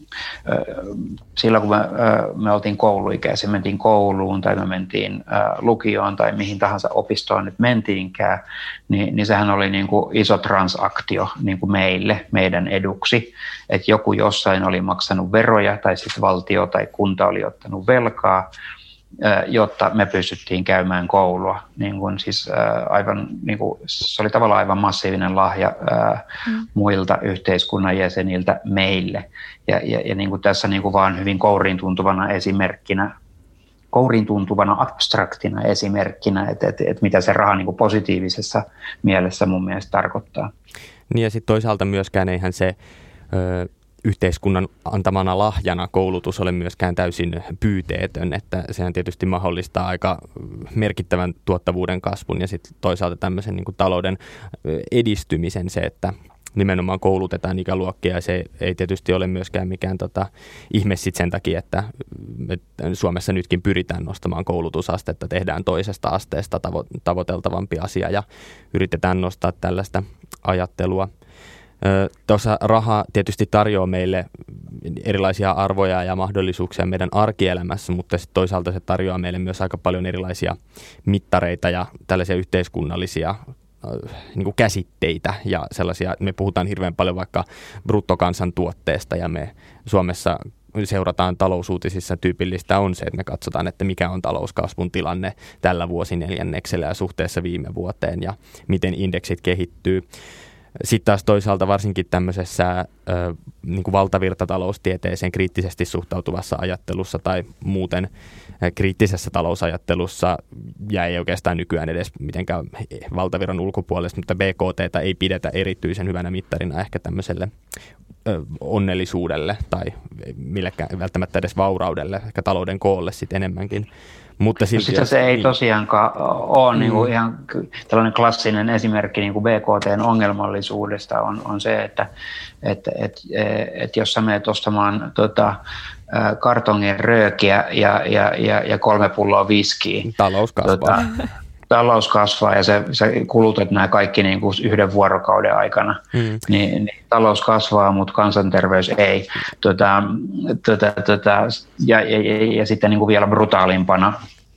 Speaker 3: silloin kun me, ää, me oltiin kouluikäisiä, mentiin kouluun tai me mentiin ää, lukioon tai mihin tahansa opistoon nyt mentiinkään, niin, niin sehän oli niin kuin iso transaktio niin kuin meille, meidän eduksi, että joku jossain oli maksanut veroja tai sitten valtio tai kunta oli ottanut velkaa, jotta me pystyttiin käymään koulua. Niin kuin siis, ää, aivan, niin kuin, se oli tavallaan aivan massiivinen lahja ää, mm. muilta yhteiskunnan jäseniltä meille. Ja, ja, ja niin kuin tässä niin kuin vaan hyvin kouriin tuntuvana esimerkkinä, kouriin tuntuvana abstraktina esimerkkinä, että et, et mitä se raha niin kuin positiivisessa mielessä mun mielestä tarkoittaa.
Speaker 2: Niin ja sitten toisaalta myöskään eihän se ö, yhteiskunnan antamana lahjana koulutus ole myöskään täysin pyyteetön, että sehän tietysti mahdollistaa aika merkittävän tuottavuuden kasvun ja sitten toisaalta tämmöisen niin kuin talouden edistymisen se, että nimenomaan koulutetaan ikäluokkia ja se ei tietysti ole myöskään mikään tota, ihme sit sen takia, että Suomessa nytkin pyritään nostamaan koulutusastetta, tehdään toisesta asteesta tavo- tavoiteltavampi asia ja yritetään nostaa tällaista ajattelua. Tuossa raha tietysti tarjoaa meille erilaisia arvoja ja mahdollisuuksia meidän arkielämässä, mutta sitten toisaalta se tarjoaa meille myös aika paljon erilaisia mittareita ja tällaisia yhteiskunnallisia niin kuin käsitteitä ja sellaisia, me puhutaan hirveän paljon vaikka bruttokansantuotteesta ja me Suomessa seurataan talousuutisissa tyypillistä on se, että me katsotaan, että mikä on talouskasvun tilanne tällä vuosineljänneksellä ja suhteessa viime vuoteen ja miten indeksit kehittyy. Sitten taas toisaalta varsinkin tämmöisessä ö, niin kuin valtavirtataloustieteeseen kriittisesti suhtautuvassa ajattelussa tai muuten ö, kriittisessä talousajattelussa ja ei oikeastaan nykyään edes mitenkään valtavirran ulkopuolesta, mutta B K T:tä ei pidetä erityisen hyvänä mittarina ehkä tämmöiselle ö, onnellisuudelle tai millekään välttämättä edes vauraudelle, ehkä talouden koolle sitten enemmänkin. Mutta silti,
Speaker 3: sitä se ei tosiaankaan ole mm. niin kuin ihan tällainen klassinen esimerkki niin kuin B K T:n ongelmallisuudesta on, on se, että et, et, et jos sä menet ostamaan tota, kartongin röökiä ja, ja, ja, ja kolme pulloa viskiä.
Speaker 2: Talous kasvaa. Tota,
Speaker 3: talous kasvaa ja sä, sä kulutat nämä kaikki niin kuin yhden vuorokauden aikana, mm. niin, niin talous kasvaa, mutta kansanterveys ei. Tota, tota, tota, ja, ja, ja, ja sitten niin kuin vielä brutaalimpana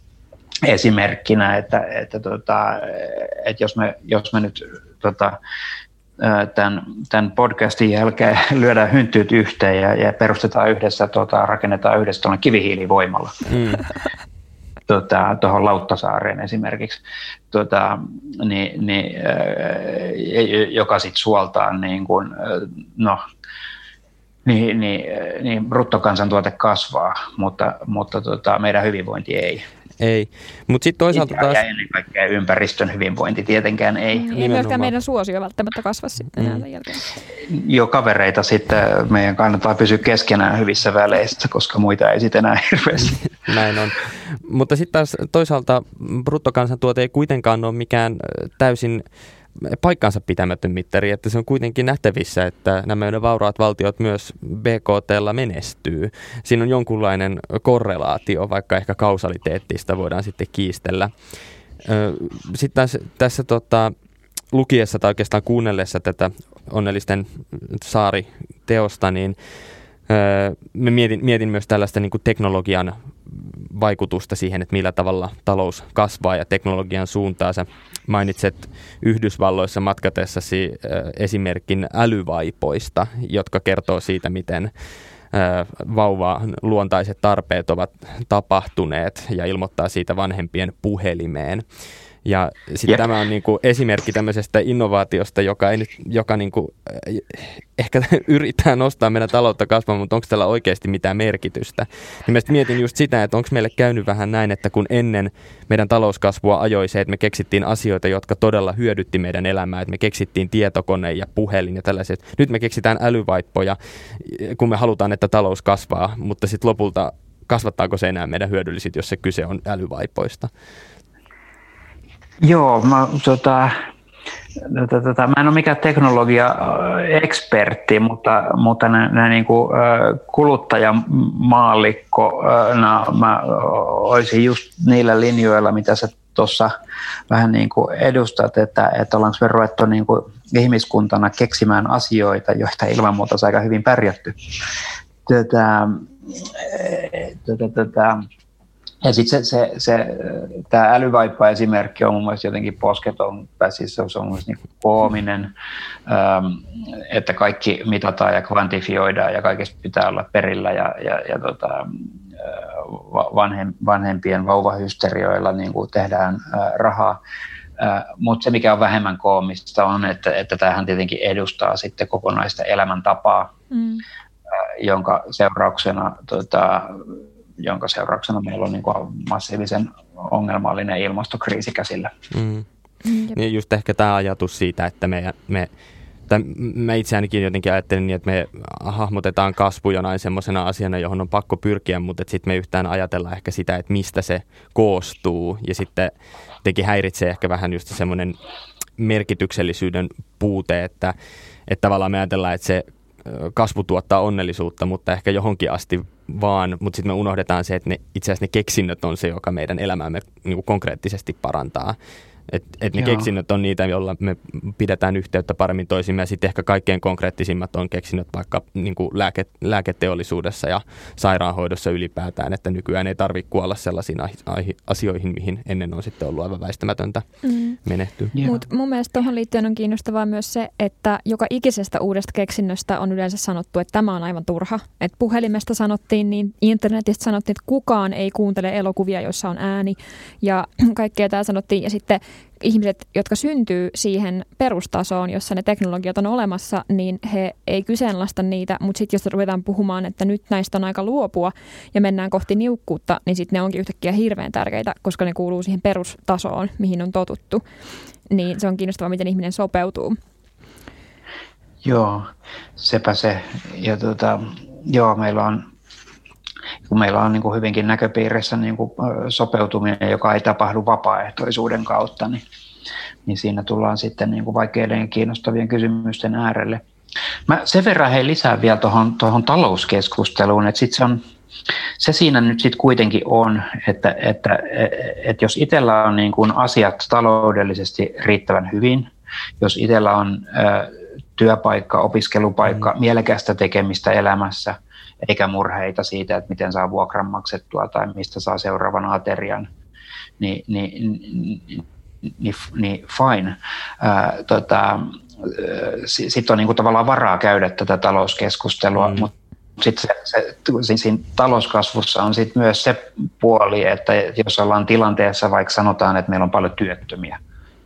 Speaker 3: esimerkkinä, että, että, tota, että jos, me, jos me nyt tota, tämän, tämän podcastin jälkeen lyödään hynttyyt yhteen ja, ja perustetaan yhdessä, tota, rakennetaan yhdessä tuolla kivihiilivoimalla. Mm. Tuota, tuohon Lauttasaareen esimerkiksi, tuota, niin, niin, joka sitten suoltaa niin kuin, no, niin, niin, niin bruttokansantuote kasvaa, mutta, mutta tota, meidän hyvinvointi ei.
Speaker 2: Ei, mutta sitten toisaalta taas...
Speaker 3: Ja ennen kaikkea ympäristön hyvinvointi tietenkään ei.
Speaker 1: Mm, ei myöskään meidän suosio välttämättä kasva sitten mm. näiden jälkeen.
Speaker 3: Jo kavereita sitten meidän kannattaa pysyä keskenään hyvissä väleissä, koska muita ei sitten enää hirveästi.
Speaker 2: Näin on. Mutta sitten taas toisaalta bruttokansantuote ei kuitenkaan ole mikään täysin paikkansa pitämätön mittari, että se on kuitenkin nähtävissä, että nämä meidän vauraat valtiot myös B K T:llä menestyy. Siinä on jonkunlainen korrelaatio, vaikka ehkä kausaliteettista voidaan sitten kiistellä. Sitten tässä, tässä tota, lukiessa tai oikeastaan kuunnellessa tätä Onnellisten saari-teosta, niin mä mietin, mietin myös tällaista niin kuin teknologian vaikutusta siihen, että millä tavalla talous kasvaa ja teknologian suuntaa. Sä mainitset Yhdysvalloissa matkatessasi esimerkin älyvaipoista, jotka kertoo siitä, miten vauvan luontaiset tarpeet ovat tapahtuneet ja ilmoittaa siitä vanhempien puhelimeen. Ja sitten tämä on niinku esimerkki tämmöisestä innovaatiosta, joka, ei nyt, joka niinku, ehkä yrittää nostaa meidän taloutta kasvamaan, mutta onko tällä oikeasti mitään merkitystä? Niin mietin just sitä, että onko meille käynyt vähän näin, että kun ennen meidän talouskasvua ajoi se, että me keksittiin asioita, jotka todella hyödytti meidän elämää, että me keksittiin tietokone ja puhelin ja tällaiset. Nyt me keksitään älyvaippoja, kun me halutaan, että talous kasvaa, mutta sitten lopulta kasvattaako se enää meidän hyödyllisit, jos se kyse on älyvaipoista?
Speaker 3: Joo, mä, tota, tota, tota, mä en ole mikään teknologia-ekspertti, mutta, mutta nä, nä, niin kuin, kuluttajamaallikkona mä olisin just niillä linjoilla, mitä sä tuossa vähän niin kuin edustat, että, että ollaanko me ruvettu niin kuin ihmiskuntana keksimään asioita, joita ilman muuta on aika hyvin pärjätty. Tätä, tätä, tätä, Ja sitten se, se, se, tämä älyvaippa-esimerkki on mun mielestä jotenkin posketon, tai siis se on mun mielestä niin koominen, että kaikki mitataan ja kvantifioidaan ja kaikesta pitää olla perillä ja, ja, ja tota, vanhem, vanhempien vauvahysterioilla niin kuin tehdään rahaa. Mutta se, mikä on vähemmän koomista, on, että, että tämähän tietenkin edustaa sitten kokonaista elämäntapaa, mm. jonka seurauksena... Tota, jonka seurauksena meillä on niin kuin massiivisen ongelmallinen ilmastokriisi käsillä.
Speaker 2: Mm. Mm. Niin just ehkä tämä ajatus siitä, että me, me tai mä itse ainakin jotenkin ajattelin niin, että me hahmotetaan kasvu jonain semmoisena asiana, johon on pakko pyrkiä, mutta sitten me yhtään ajatellaan ehkä sitä, että mistä se koostuu. Ja sitten teki häiritsee ehkä vähän just semmoinen merkityksellisyyden puute, että, että tavallaan me ajatellaan, että se kasvu tuottaa onnellisuutta, mutta ehkä johonkin asti vaan, mutta sitten me unohdetaan se, että ne, itse asiassa ne keksinnöt on se, joka meidän elämäämme niin kuin konkreettisesti parantaa. Että et ne Joo. keksinnöt on niitä, joilla me pidetään yhteyttä paremmin toisimme, ja sitten ehkä kaikkein konkreettisimmat on keksinnöt vaikka niin kuin lääke, lääketeollisuudessa ja sairaanhoidossa ylipäätään, että nykyään ei tarvitse kuolla sellaisiin asioihin, mihin ennen on sitten ollut aivan väistämätöntä mm. menehtyä.
Speaker 1: Mutta mun mielestä tuohon liittyen on kiinnostavaa myös se, että joka ikisestä uudesta keksinnöstä on yleensä sanottu, että tämä on aivan turha. Että puhelimesta sanottiin, niin internetistä sanottiin, että kukaan ei kuuntele elokuvia, joissa on ääni, ja kaikkea tämä sanottiin, ja sitten ihmiset, jotka syntyy siihen perustasoon, jossa ne teknologiat on olemassa, niin he ei kyseenalaista niitä, mutta sitten jos ruvetaan puhumaan, että nyt näistä on aika luopua ja mennään kohti niukkuutta, niin sitten ne onkin yhtäkkiä hirveän tärkeitä, koska ne kuuluu siihen perustasoon, mihin on totuttu. Niin se on kiinnostavaa, miten ihminen sopeutuu.
Speaker 3: Joo, sepä se. Ja tota, joo, meillä on kun meillä on niin kuin hyvinkin näköpiirissä niin kuin sopeutuminen, joka ei tapahdu vapaaehtoisuuden kautta, niin, niin siinä tullaan sitten niin kuin vaikeiden ja kiinnostavien kysymysten äärelle. Mä sen verran hei lisään vielä tuohon, tuohon talouskeskusteluun, että sit se, on, se siinä nyt sitten kuitenkin on, että, että, että jos itsellä on niin kuin asiat taloudellisesti riittävän hyvin, jos itsellä on ä, työpaikka, opiskelupaikka, mm. mielekästä tekemistä elämässä, eikä murheita siitä, että miten saa vuokran maksettua tai mistä saa seuraavan aterian, niin, niin, niin, niin, niin fine. Ää, tota, sitten on niin kuin tavallaan varaa käydä tätä talouskeskustelua, mm. mutta sitten se, se, siinä talouskasvussa on sit myös se puoli, että jos ollaan tilanteessa, vaikka sanotaan, että meillä on paljon työttömiä,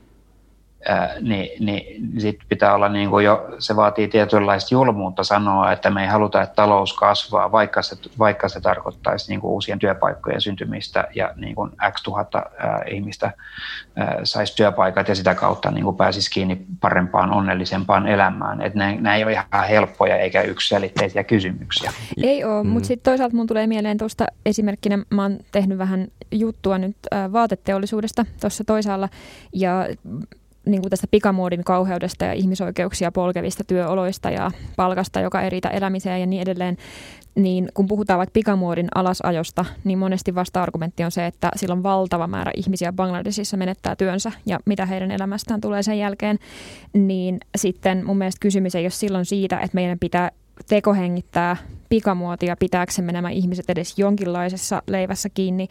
Speaker 3: Ää, niin, niin sitten pitää olla niin kuin jo, se vaatii tietynlaista julmuutta sanoa, että me ei haluta, että talous kasvaa, vaikka se, vaikka se tarkoittaisi niin kuin uusien työpaikkojen syntymistä ja niin kuin x tuhatta ää, ihmistä ää, saisi työpaikat ja sitä kautta niin kuin pääsisi kiinni parempaan, onnellisempaan elämään. Että nämä ei ole ihan helppoja eikä yksiselitteisiä kysymyksiä.
Speaker 1: Ei ole, mm. mutta sitten toisaalta mun tulee mieleen tuosta esimerkkinä, mä oon tehnyt vähän juttua nyt ää, vaateteollisuudesta tuossa toisaalla ja niin kuin tästä pikamuodin kauheudesta ja ihmisoikeuksia polkevista työoloista ja palkasta, joka ei riitä elämiseen ja niin edelleen, niin kun puhutaan vaikka pikamuodin alasajosta, niin monesti vasta-argumentti on se, että sillä on valtava määrä ihmisiä Bangladesissa menettää työnsä ja mitä heidän elämästään tulee sen jälkeen, niin sitten mun mielestä kysymys ei ole silloin siitä, että meidän pitää tekohengittää pikamuotia, pitääksemme nämä ihmiset edes jonkinlaisessa leivässä kiinni,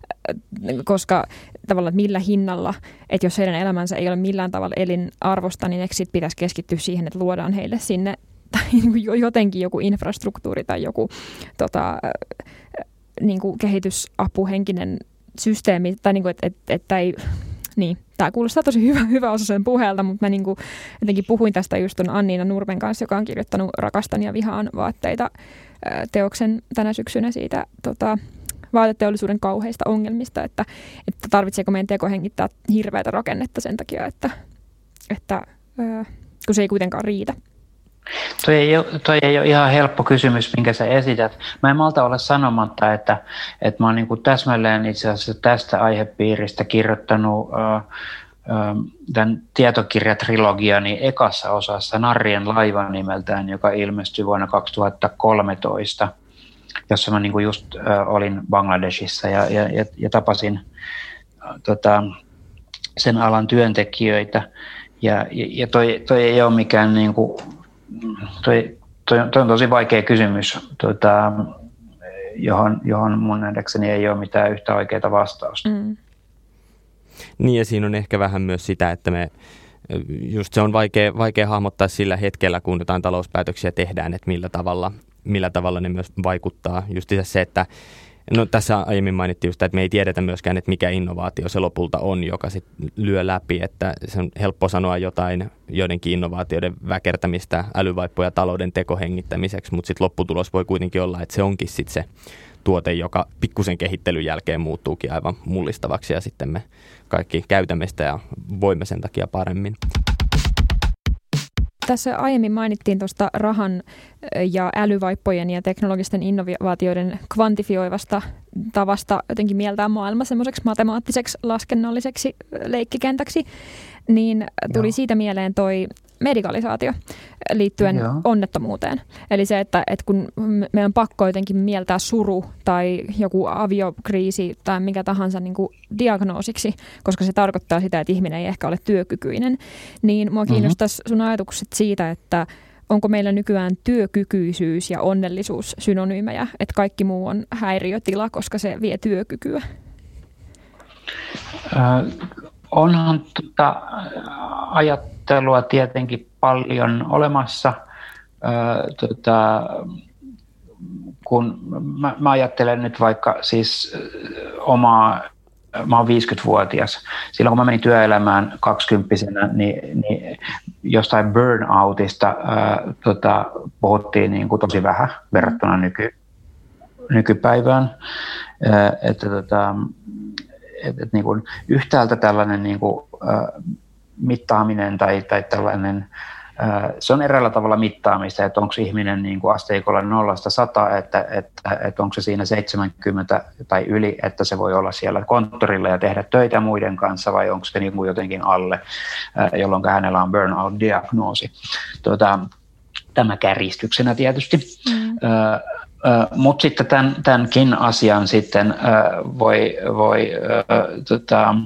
Speaker 1: koska tavallaan millä hinnalla, että jos heidän elämänsä ei ole millään tavalla elinarvosta, niin eikö sitten pitäisi keskittyä siihen, että luodaan heille sinne tai jotenkin joku infrastruktuuri tai joku tota, niin kuin kehitysapuhenkinen systeemi, tai niin kuin, että, että, että ei... Niin, tämä kuulostaa tosi hyvä, hyvä osa sen puheelta, mutta mä niinku jotenkin puhuin tästä just ton Anniina Nurmen kanssa, joka on kirjoittanut Rakastan ja vihaan vaatteita teoksen tänä syksynä siitä tota, vaateteollisuuden kauheista ongelmista, että, että tarvitseeko meidän tekohengittää hirveätä rakennetta sen takia, että, että ää, kun se ei kuitenkaan riitä.
Speaker 3: Toi ei, ole, toi ei ole ihan helppo kysymys, minkä sä esität. Mä en malta olla sanomatta, että, että mä oon niin kuin täsmälleen itse asiassa tästä aihepiiristä kirjoittanut äh, äh, tämän tietokirjatrilogiani ekassa osassa Narrien laiva nimeltään, joka ilmestyi vuonna kaksituhattakolmetoista, jossa mä niin kuin just äh, olin Bangladeshissa ja, ja, ja, ja tapasin äh, tota, sen alan työntekijöitä. Ja, ja toi, toi ei ole mikään... Niin kuin, Toi, toi, toi on tosi vaikea kysymys, tuota, johon, johon mun nähdäkseni ei ole mitään yhtä oikeaa vastausta. Mm.
Speaker 2: Niin ja siinä on ehkä vähän myös sitä, että me just se on vaikea, vaikea hahmottaa sillä hetkellä, kun jotain talouspäätöksiä tehdään, että millä tavalla, millä tavalla ne myös vaikuttaa. Just se, että no, tässä aiemmin mainittiin just, että me ei tiedetä myöskään, että mikä innovaatio se lopulta on, joka sit lyö läpi, että se on helppo sanoa jotain joidenkin innovaatioiden väkertämistä älyvaippoja talouden tekohengittämiseksi, mutta sitten lopputulos voi kuitenkin olla, että se onkin sitten se tuote, joka pikkusen kehittelyn jälkeen muuttuukin aivan mullistavaksi ja sitten me kaikki käytämme sitä ja voimme sen takia paremmin.
Speaker 1: Tässä aiemmin mainittiin tuosta rahan ja älyvaippojen ja teknologisten innovaatioiden kvantifioivasta tavasta jotenkin mieltää maailma semmoiseksi matemaattiseksi laskennalliseksi leikkikentäksi, niin tuli Joo. siitä mieleen toi medikalisaatio liittyen Joo. onnettomuuteen. Eli se, että, että kun meidän on pakko jotenkin mieltää suru tai joku aviokriisi tai mikä tahansa niin kuin diagnoosiksi, koska se tarkoittaa sitä, että ihminen ei ehkä ole työkykyinen, niin mua kiinnostaisi sun ajatukset siitä, että onko meillä nykyään työkykyisyys ja onnellisuus synonyymejä, että kaikki muu on häiriötila, koska se vie työkykyä?
Speaker 3: Äh, onhan tuota ajattelua tietenkin paljon olemassa. Äh, tuota, kun mä, mä ajattelen nyt vaikka siis omaa, mä oon viisikymmentävuotias. Silloin kun mä menin työelämään kaksikymppisenä, niin, niin jostain burnoutista ää, tota, puhuttiin niin kuin tosi vähän verrattuna nyky, nykypäivään. Ää, että, tota, et, et, niin kuin yhtäältä tällainen niin kuin, ää, mittaaminen tai, tai tällainen se on eräällä tavalla mittaamista, että onko ihminen niin kuin asteikolla nollasta sata, että, että, että onko se siinä seitsemänkymmentä tai yli, että se voi olla siellä konttorilla ja tehdä töitä muiden kanssa, vai onko se niin kuin jotenkin alle, jolloin hänellä on burnout-diagnoosi. Tuota, tämä kärjistyksenä tietysti. Mm. Mutta sitten tämän, tämänkin asian sitten voi, voi tota,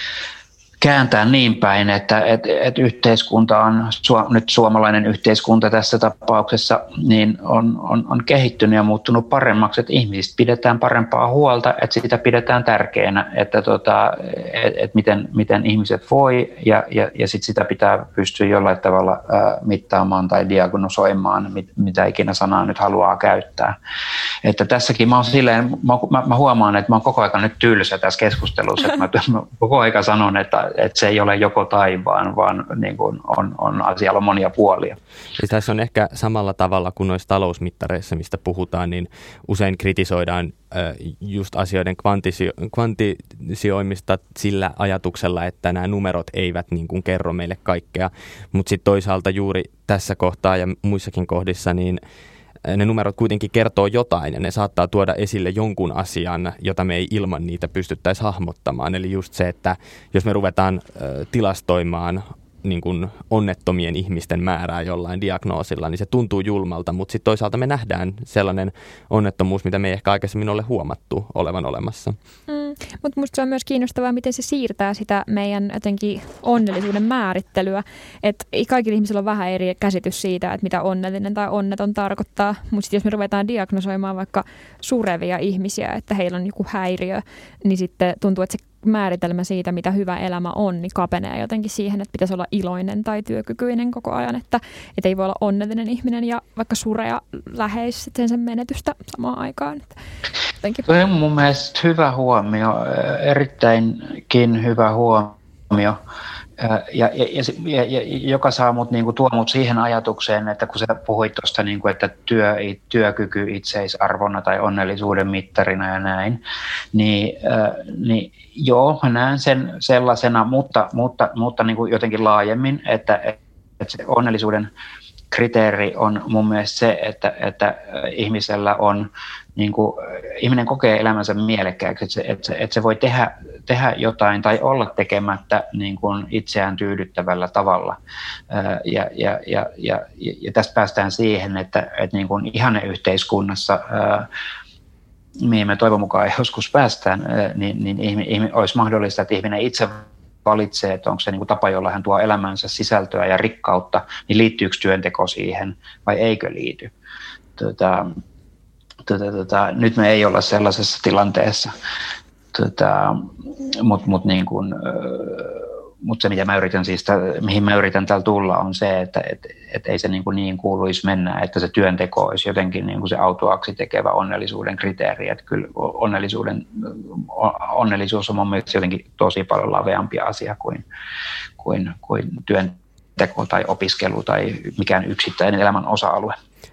Speaker 3: kääntää niin päin, että et, et yhteiskunta on, nyt suomalainen yhteiskunta tässä tapauksessa, niin on, on, on kehittynyt ja muuttunut paremmaksi, että ihmisistä pidetään parempaa huolta, että sitä pidetään tärkeänä, että tota, et, et miten, miten ihmiset voi ja, ja, ja sit sitä pitää pystyä jollain tavalla ää, mittaamaan tai diagnosoimaan, mit, mitä ikinä sanaa nyt haluaa käyttää. Että tässäkin mä, oon silleen, mä, mä huomaan, että mä oon koko ajan nyt tylsä tässä keskustelussa, että mä, mä koko ajan sanon, että että se ei ole joko tai, vaan, vaan niin kuin on, on asialla on monia puolia.
Speaker 2: Ja tässä on ehkä samalla tavalla kuin noissa talousmittareissa, mistä puhutaan, niin usein kritisoidaan just asioiden kvantisio- kvantisioimista sillä ajatuksella, että nämä numerot eivät niin kuin kerro meille kaikkea, mutta sitten toisaalta juuri tässä kohtaa ja muissakin kohdissa, niin ne numerot kuitenkin kertoo jotain ja ne saattaa tuoda esille jonkun asian, jota me ei ilman niitä pystyttäisi hahmottamaan. Eli just se, että jos me ruvetaan ö, tilastoimaan niin kuin onnettomien ihmisten määrää jollain diagnoosilla, niin se tuntuu julmalta, mutta sitten toisaalta me nähdään sellainen onnettomuus, mitä me ei ehkä aikaisemmin ole huomattu olevan olemassa. Mm,
Speaker 1: mutta musta se on myös kiinnostavaa, miten se siirtää sitä meidän jotenkin onnellisuuden määrittelyä. Että kaikilla ihmisillä on vähän eri käsitys siitä, että mitä onnellinen tai onneton tarkoittaa, mutta sitten jos me ruvetaan diagnosoimaan vaikka surevia ihmisiä, että heillä on joku häiriö, niin sitten tuntuu, että se määritelmä siitä, mitä hyvä elämä on, niin kapenee jotenkin siihen, että pitäisi olla iloinen tai työkykyinen koko ajan, että, että ei voi olla onnellinen ihminen ja vaikka surea läheis sen, sen menetystä samaan aikaan.
Speaker 3: Se on mun mielestä hyvä huomio, erittäinkin hyvä huomio. Ja, ja, ja, ja, joka saa mut, niin kuin, tuo mut siihen ajatukseen, että kun sä puhuit tuosta, niin kuin, että työ, työkyky itseisarvona tai onnellisuuden mittarina ja näin, niin, äh, niin joo, mä näen sen sellaisena, mutta, mutta, mutta niin kuin jotenkin laajemmin, että, että se onnellisuuden kriteeri on mun mielestä se, että, että ihmisellä on, niin kuin, ihminen kokee elämänsä mielekkääksi, että se, että se, että se voi tehdä, tehdä jotain tai olla tekemättä niin kuin itseään tyydyttävällä tavalla. Ja, ja, ja, ja, ja tästä päästään siihen, että, että niin kuin ihanneyhteiskunnassa, mihin me toivon mukaan joskus päästään, niin, niin ihminen, olisi mahdollista, että ihminen itse valitsee, että onko se niin kuin tapa, jolla hän tuo elämänsä sisältöä ja rikkautta, niin liittyykö työnteko siihen vai eikö liity. Tota, tota, tota, nyt me ei olla sellaisessa tilanteessa, tota, mutta mut niin kuin, mut se, mitä mä yritän siis, mihin mä yritän täällä tulla, on se, että et, et ei se niin, kuin niin kuuluisi mennä, että se työnteko olisi jotenkin niin kuin se autuaaksi tekevä onnellisuuden kriteeri. Että kyllä onnellisuuden, onnellisuus on mun mielestä jotenkin tosi paljon laveampi asia kuin, kuin, kuin työnteko tai opiskelu tai mikään yksittäinen elämän osa-alue.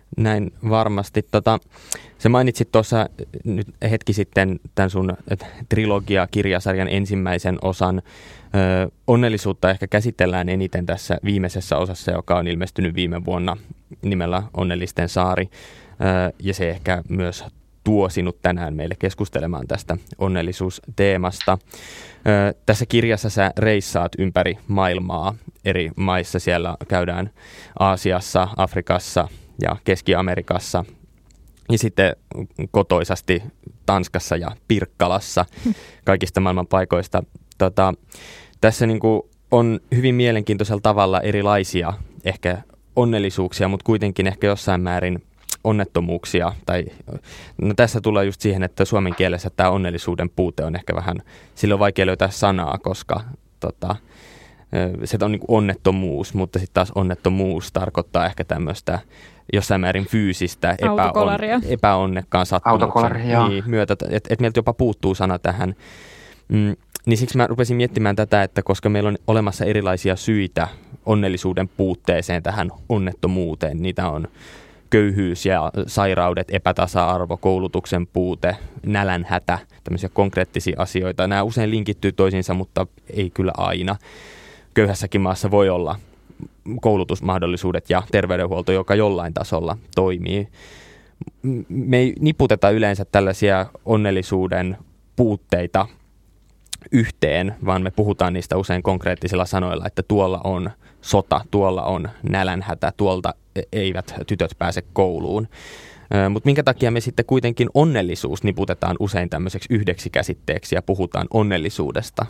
Speaker 2: Näin varmasti. Tota, sä mainitsit tuossa nyt hetki sitten tämän sun trilogia-kirjasarjan ensimmäisen osan. Ö, onnellisuutta ehkä käsitellään eniten tässä viimeisessä osassa, joka on ilmestynyt viime vuonna nimellä Onnellisten saari. Ö, ja se ehkä myös tuo sinut tänään meille keskustelemaan tästä onnellisuusteemasta. Ö, tässä kirjassa sä reissaat ympäri maailmaa eri maissa. Siellä käydään Aasiassa, Afrikassa ja Keski-Amerikassa ja sitten kotoisasti Tanskassa ja Pirkkalassa, kaikista maailman paikoista. Tota, tässä niin kuin on hyvin mielenkiintoisella tavalla erilaisia ehkä onnellisuuksia, mutta kuitenkin ehkä jossain määrin onnettomuuksia. Tai, no tässä tulee just siihen, että suomen kielessä tämä onnellisuuden puute on ehkä vähän, sillä on vaikea löytää sanaa, koska tota, se on niin kuin onnettomuus, mutta sitten taas onnettomuus tarkoittaa ehkä tämmöistä jossain määrin fyysistä epäon, epäonnekkaan sattumuksen niin, myötä, että et meiltä jopa puuttuu sana tähän. Mm, niin siksi mä rupesin miettimään tätä, että koska meillä on olemassa erilaisia syitä onnellisuuden puutteeseen tähän onnettomuuteen, niitä on köyhyys ja sairaudet, epätasa-arvo, koulutuksen puute, nälänhätä, tämmöisiä konkreettisia asioita. Nämä usein linkittyy toisiinsa, mutta ei kyllä aina. Köyhässäkin maassa voi olla koulutusmahdollisuudet ja terveydenhuolto, joka jollain tasolla toimii. Me ei niputeta yleensä tällaisia onnellisuuden puutteita yhteen, vaan me puhutaan niistä usein konkreettisilla sanoilla, että tuolla on sota, tuolla on nälänhätä, tuolta eivät tytöt pääse kouluun. Mutta minkä takia me sitten kuitenkin onnellisuus niputetaan usein tämmöiseksi yhdeksi käsitteeksi ja puhutaan onnellisuudesta?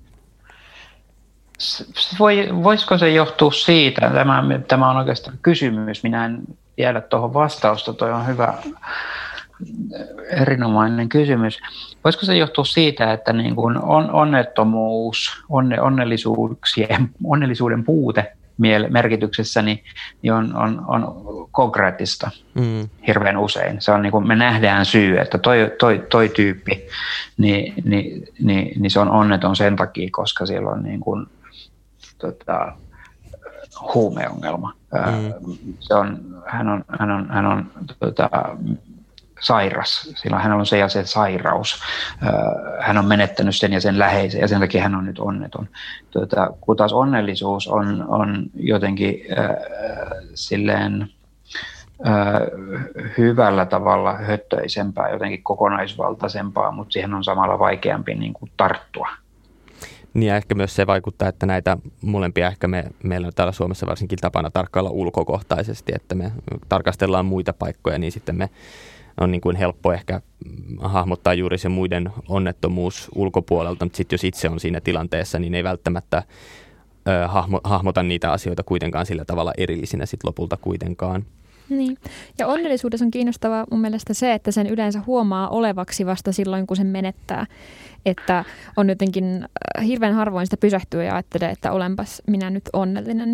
Speaker 3: Voi, voisiko se johtua siitä, tämä, tämä on oikeastaan kysymys, minä en tiedä tuohon vastausta, tuo on hyvä, erinomainen kysymys. Voisiko se johtua siitä, että niin kuin on, onnettomuus, onne, onnellisuuksien, onnellisuuden puute merkityksessä niin, niin on, on, on konkreettista mm. hirveän usein. Se on niin kuin me nähdään syy, että toi, toi, toi tyyppi, niin, niin, niin, niin se on onneton sen takia, koska siellä on niin kuin, tota, huumeongelma. Mm. Se on, hän on, hän on, hän on tota, sairas, silloin hänellä on se ja se sairaus. Hän on menettänyt sen ja sen läheisen ja sen takia hän on nyt onneton. Tuota, kun taas onnellisuus on, on jotenkin äh, silleen äh, hyvällä tavalla höttöisempää, jotenkin kokonaisvaltaisempaa, mutta siihen on samalla vaikeampi niin kuin tarttua.
Speaker 2: Niin ja ehkä myös se vaikuttaa, että näitä molempia ehkä me, meillä on täällä Suomessa varsinkin tapana tarkkailla ulkokohtaisesti, että me tarkastellaan muita paikkoja, niin sitten me on niin kuin helppo ehkä hahmottaa juuri se muiden onnettomuus ulkopuolelta, mutta sitten jos itse on siinä tilanteessa, niin ei välttämättä ö, hahmo, hahmota niitä asioita kuitenkaan sillä tavalla erillisinä sitten lopulta kuitenkaan.
Speaker 1: Niin. Ja onnellisuudessa on kiinnostavaa mun mielestä se, että sen yleensä huomaa olevaksi vasta silloin, kun sen menettää. Että on jotenkin hirveän harvoin sitä pysähtyä ja ajattelee, että olenpas minä nyt onnellinen.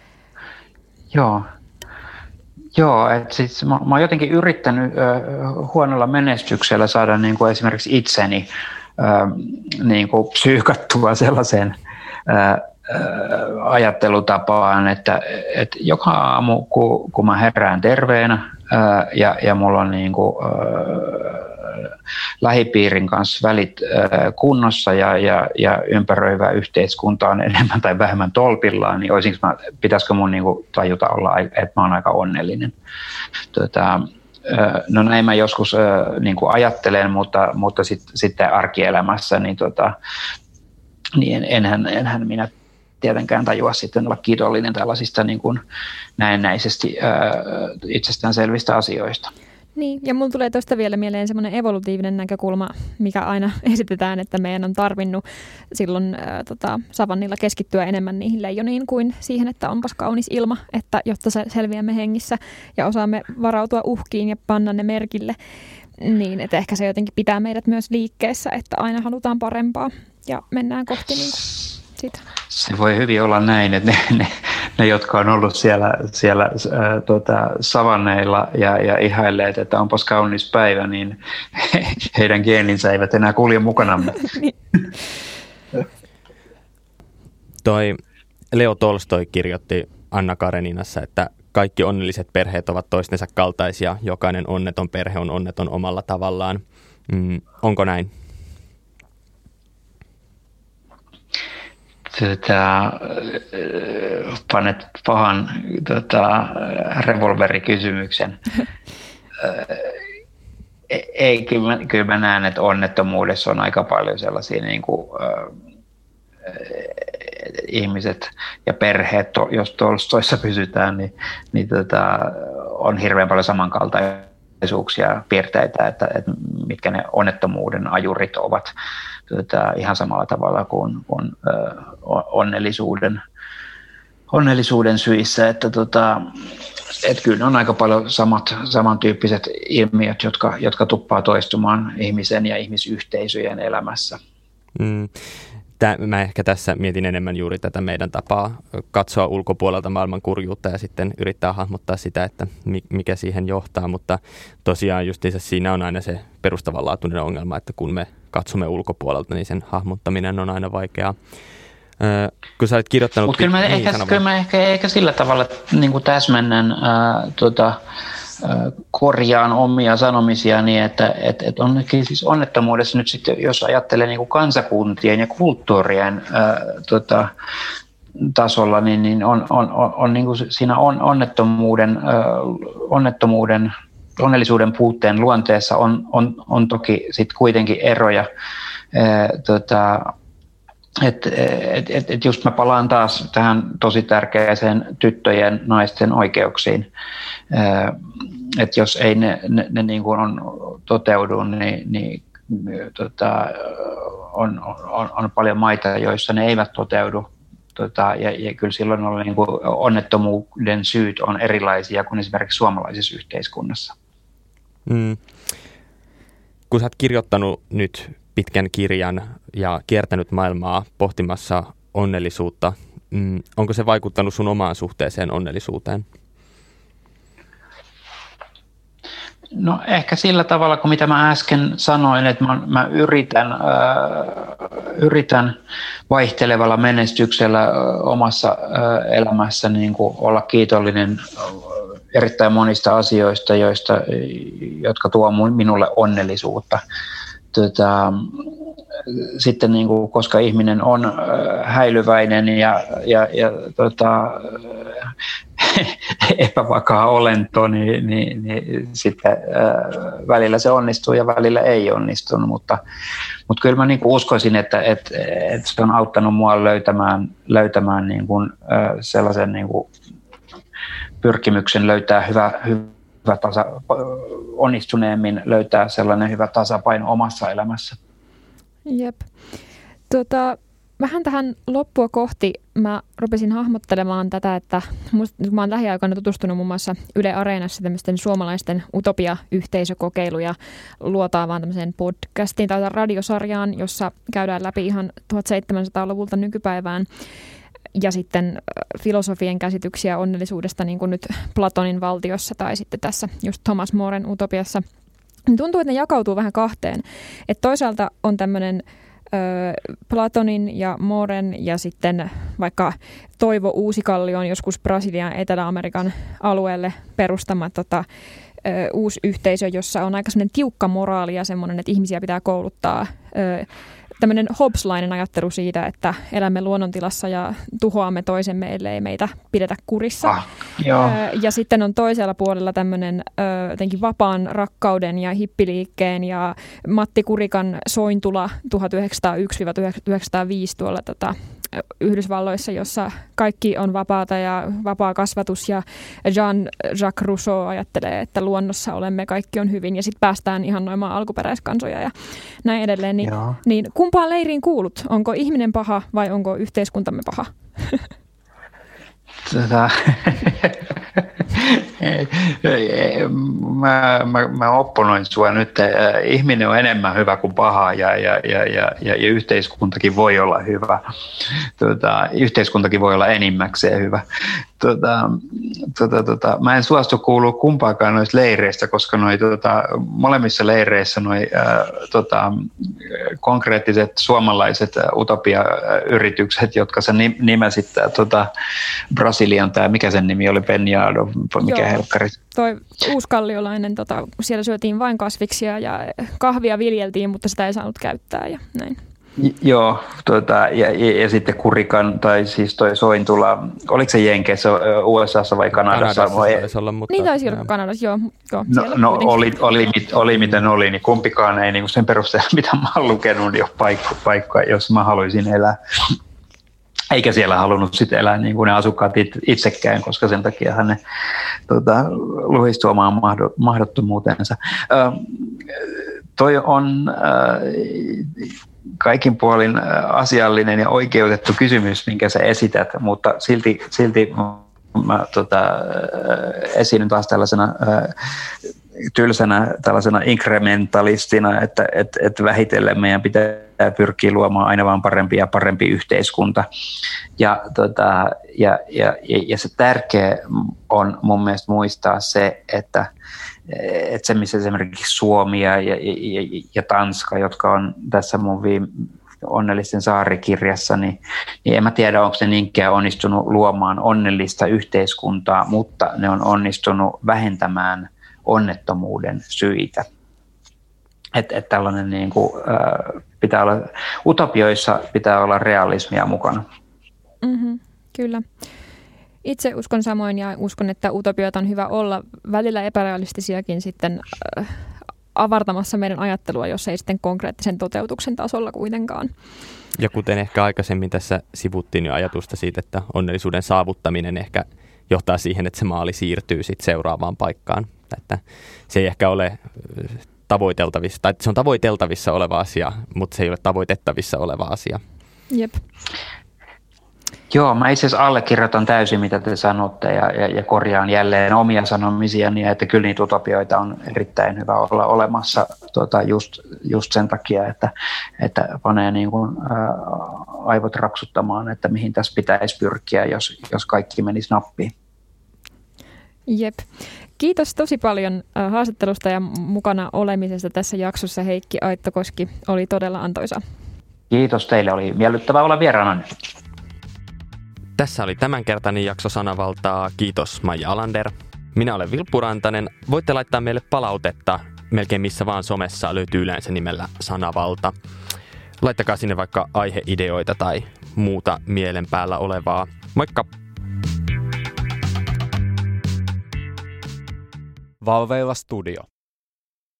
Speaker 3: Joo. Joo, että siis mä, mä oon jotenkin yrittänyt ö, huonolla menestyksellä saada niin kuin esimerkiksi itseni ö, niin kuin psyykattua sellaiseen ö, ö, ajattelutapaan, että, että joka aamu, kun, kun mä herään terveenä ö, ja, ja mulla on niin kuin, ö, lähipiirin kanssa välit ö, kunnossa ja, ja, ja ympäröivä yhteiskunta on enemmän tai vähemmän tolpillaan, niin mä, pitäisikö mun niin kuin tajuta olla, että mä oon aika onnellinen. Tota, ö, no näin mä joskus ö, niin kuin ajattelen, mutta, mutta sit, sitten arkielämässä niin, tota, niin enhän, enhän minä tietenkään tajua sitten olla kiitollinen tällaisista niin kuin näennäisesti ö, itsestäänselvistä asioista.
Speaker 1: Niin, ja mulla tulee tuosta vielä mieleen semmoinen evolutiivinen näkökulma, mikä aina esitetään, että meidän on tarvinnut silloin ää, tota, savannilla keskittyä enemmän niihin leijoniin kuin siihen, että onpas kaunis ilma, että jotta se selviämme hengissä ja osaamme varautua uhkiin ja panna ne merkille, niin että ehkä se jotenkin pitää meidät myös liikkeessä, että aina halutaan parempaa ja mennään kohti niin kuin sitä.
Speaker 3: Se voi hyvin olla näin, että ne, ne, ne jotka on ollut siellä, siellä ää, tuota, savanneilla ja, ja ihailleet, että onpas kaunis päivä, niin he, heidän geeninsä eivät enää kulje mukanamme.
Speaker 2: Toi Leo Tolstoi kirjoitti Anna Kareninassa, että kaikki onnelliset perheet ovat toistensa kaltaisia, jokainen onneton perhe on onneton omalla tavallaan. Mm, onko näin?
Speaker 3: Tätä, panet pahan tota, revolverikysymyksen. Ei, kyllä mä, kyllä mä näen, että onnettomuudessa on aika paljon sellaisia niin kuin, äh, ihmiset ja perheet, jos Tolstoissa pysytään, niin, niin tota, on hirveän paljon samankaltaisuuksia, piirteitä, että, että mitkä ne onnettomuuden ajurit ovat tota, ihan samalla tavalla kuin, kuin äh, onnellisuuden, onnellisuuden syissä. Että, tota, et kyllä on aika paljon samat, samantyyppiset ilmiöt, jotka, jotka tuppaa toistumaan ihmisen ja ihmisyhteisöjen elämässä.
Speaker 2: Mm. Tää, mä ehkä tässä mietin enemmän juuri tätä meidän tapaa katsoa ulkopuolelta maailman kurjuutta ja sitten yrittää hahmottaa sitä, että mikä siihen johtaa, mutta tosiaan justiinsa siinä on aina se perustavanlaatuinen ongelma, että kun me katsomme ulkopuolelta, niin sen hahmottaminen on aina vaikeaa. Öö, kun sä olet kirjoittanut...
Speaker 3: Mutta kyllä mä, niin, ehkä, kyllä mä ehkä, ehkä sillä tavalla niin kuin täsmennän ää, tota, korjaan omia sanomisia niin, että et, et onnekin siis onnettomuudessa nyt sitten, jos ajattelee niin kuin kansakuntien ja kulttuurien ää, tota, tasolla, niin, niin on, on, on, on niin kuin siinä on onnettomuuden, ää, onnettomuuden, onnellisuuden puutteen luonteessa on, on, on toki sitten kuitenkin eroja. Ää, tota, Että et, et, et just mä palaan taas tähän tosi tärkeäseen tyttöjen, naisten oikeuksiin. Että jos ei ne, ne, ne niin kuin on toteudu, niin, niin tota, on, on, on paljon maita, joissa ne eivät toteudu. Tota, ja, ja kyllä silloin on, niin kuin onnettomuuden syyt on erilaisia kuin esimerkiksi suomalaisessa yhteiskunnassa.
Speaker 2: Mm. Kun sä oot kirjoittanut nyt pitkän kirjan ja kiertänyt maailmaa pohtimassa onnellisuutta. Mm, onko se vaikuttanut sun omaan suhteeseen onnellisuuteen?
Speaker 3: No ehkä sillä tavalla, kuin mitä mä äsken sanoin, että mä, mä yritän, äh, yritän vaihtelevalla menestyksellä äh, omassa äh, elämässä niin kuin olla kiitollinen äh, erittäin monista asioista, joista, jotka tuo minulle onnellisuutta. Tota, sitten niin kuin, koska ihminen on äh, häilyväinen ja, ja, ja tota, epävakaa olento, niin, niin, niin sitten äh, välillä se onnistuu ja välillä ei onnistunut, mutta, mutta kyllä mä niin kuin uskoisin, että, että, että se on auttanut mua löytämään, löytämään niin kuin, äh, sellaisen niin kuin pyrkimyksen löytää hyvä, hyvä Hyvä tasa, onnistuneemmin löytää sellainen hyvä tasapaino omassa elämässä.
Speaker 1: Jep. Tota, vähän tähän loppua kohti mä rupesin hahmottelemaan tätä, että musta, mä oon lähiaikoina tutustunut muun muassa Yle Areenassa tämmöisten suomalaisten utopia-yhteisökokeiluja luotaavaan tämmöiseen podcastiin tai radiosarjaan, jossa käydään läpi ihan tuhatseitsemänsataaluvulta nykypäivään. Ja sitten filosofien käsityksiä onnellisuudesta, niin kuin nyt Platonin valtiossa tai sitten tässä just Thomas Moren utopiassa. Tuntuu, että ne jakautuu vähän kahteen. Että toisaalta on tämmöinen ö, Platonin ja Moren ja sitten vaikka Toivo Uusikallion joskus Brasilian Etelä-Amerikan alueelle perustama tota, ö, uusi yhteisö, jossa on aika semmoinen tiukka moraali ja semmoinen, että ihmisiä pitää kouluttaa. Ö, Tämmöinen Hobbes-lainen ajattelu siitä, että elämme luonnontilassa ja tuhoamme toisemme, ellei meitä pidetä kurissa.
Speaker 3: Ah, joo.
Speaker 1: Ja sitten on toisella puolella tämmöinen jotenkin vapaan rakkauden ja hippiliikkeen ja Matti Kurikan sointula tuhatyhdeksänsataayksi tuhatyhdeksänsataaviisi tuolla tota, Yhdysvalloissa, jossa kaikki on vapaata ja vapaa kasvatus ja Jean-Jacques Rousseau ajattelee, että luonnossa olemme, kaikki on hyvin ja sitten päästään ihan noimaan alkuperäiskansoja ja näin edelleen. Niin, niin kumpaan leiriin kuulut? Onko ihminen paha vai onko yhteiskuntamme paha?
Speaker 3: Tätä, mä, mä, mä opponoin sua nyt. Ihminen on enemmän hyvä kuin paha ja, ja, ja, ja, ja yhteiskuntakin voi olla hyvä. Tota, yhteiskuntakin voi olla enimmäkseen hyvä. Tota, tota, tota, mä en suostu kuulua kumpaakaan noista leireistä, koska noi, tota, molemmissa leireissä noi, ää, tota, konkreettiset suomalaiset utopia-yritykset, jotka sä nimesit, tota, Brasilian, tää, mikä sen nimi oli, Penjado, mikä helkkari?
Speaker 1: Toi uuskalliolainen, tota, siellä syötiin vain kasviksia ja kahvia viljeltiin, mutta sitä ei saanut käyttää ja näin.
Speaker 3: Joo, tuota, ja, ja, ja sitten Kurikan, tai siis toi Sointula, oliko se Jenkeissä, U S A:ssa vai Kanadassa?
Speaker 2: Kanadassa vai? Taisi olla, mutta...
Speaker 1: Niin taisi olla Kanadassa, joo. joo
Speaker 3: no no oli, oli, oli miten oli, niin kumpikaan ei niin sen perusteella, mitä mä oon lukenut, niin ole paikka, paikka, jos mä haluaisin elää. Eikä siellä halunnut sitten elää niin kuin ne asukkaat itsekään, koska sen takia ne tuota, luhistu omaan mahdottomuutensa. Ö, toi on... Ö, kaikin puolin asiallinen ja oikeutettu kysymys, minkä sä esität, mutta silti, silti mä tota, esiinnyn taas tällaisena äh, tylsänä tällaisena inkrementalistina, että et, et vähitellen meidän pitää pyrkiä luomaan aina vaan parempi ja parempi yhteiskunta. Ja, tota, ja, ja, ja se tärkeä on mun mielestä muistaa se, että että se, missä esimerkiksi Suomi ja, ja, ja Tanska, jotka on tässä mun viime Onnellisten saarikirjassa, niin, niin en mä tiedä, onko ne niinkään onnistunut luomaan onnellista yhteiskuntaa, mutta ne on onnistunut vähentämään onnettomuuden syitä. Että et tällainen niin kuin, äh, pitää olla, utopioissa pitää olla realismia mukana.
Speaker 1: Mm-hmm, kyllä. Itse uskon samoin ja uskon, että utopioita on hyvä olla välillä epärealistisiakin sitten äh, avartamassa meidän ajattelua, jos ei sitten konkreettisen toteutuksen tasolla kuitenkaan.
Speaker 2: Ja kuten ehkä aikaisemmin tässä sivuttiin jo ajatusta siitä, että onnellisuuden saavuttaminen ehkä johtaa siihen, että se maali siirtyy sitten seuraavaan paikkaan. Että se ei ehkä ole tavoiteltavissa, tai se on tavoiteltavissa oleva asia, mutta se ei ole tavoitettavissa oleva asia.
Speaker 1: Jep.
Speaker 3: Joo, mä itse asiassa allekirjoitan täysin, mitä te sanotte, ja, ja, ja korjaan jälleen omia sanomisiani, että kyllä niitä utopioita on erittäin hyvä olla olemassa tuota, just, just sen takia, että, että panee niin kuin, ää, aivot raksuttamaan, että mihin tässä pitäisi pyrkiä, jos, jos kaikki menisi nappiin.
Speaker 1: Jep. Kiitos tosi paljon haastattelusta ja mukana olemisesta tässä jaksossa, Heikki Aittokoski. Oli todella antoisa.
Speaker 3: Kiitos teille, oli miellyttävää olla vieraana.
Speaker 2: Tässä oli tämänkertainen jakso Sanavaltaa. Kiitos Maija Alander. Minä olen Vilppu Rantanen. Voitte laittaa meille palautetta. Melkein missä vaan somessa löytyy yleensä nimellä Sanavalta. Laittakaa sinne vaikka aiheideoita tai muuta mielen päällä olevaa. Moikka!
Speaker 4: Valveilla Studio.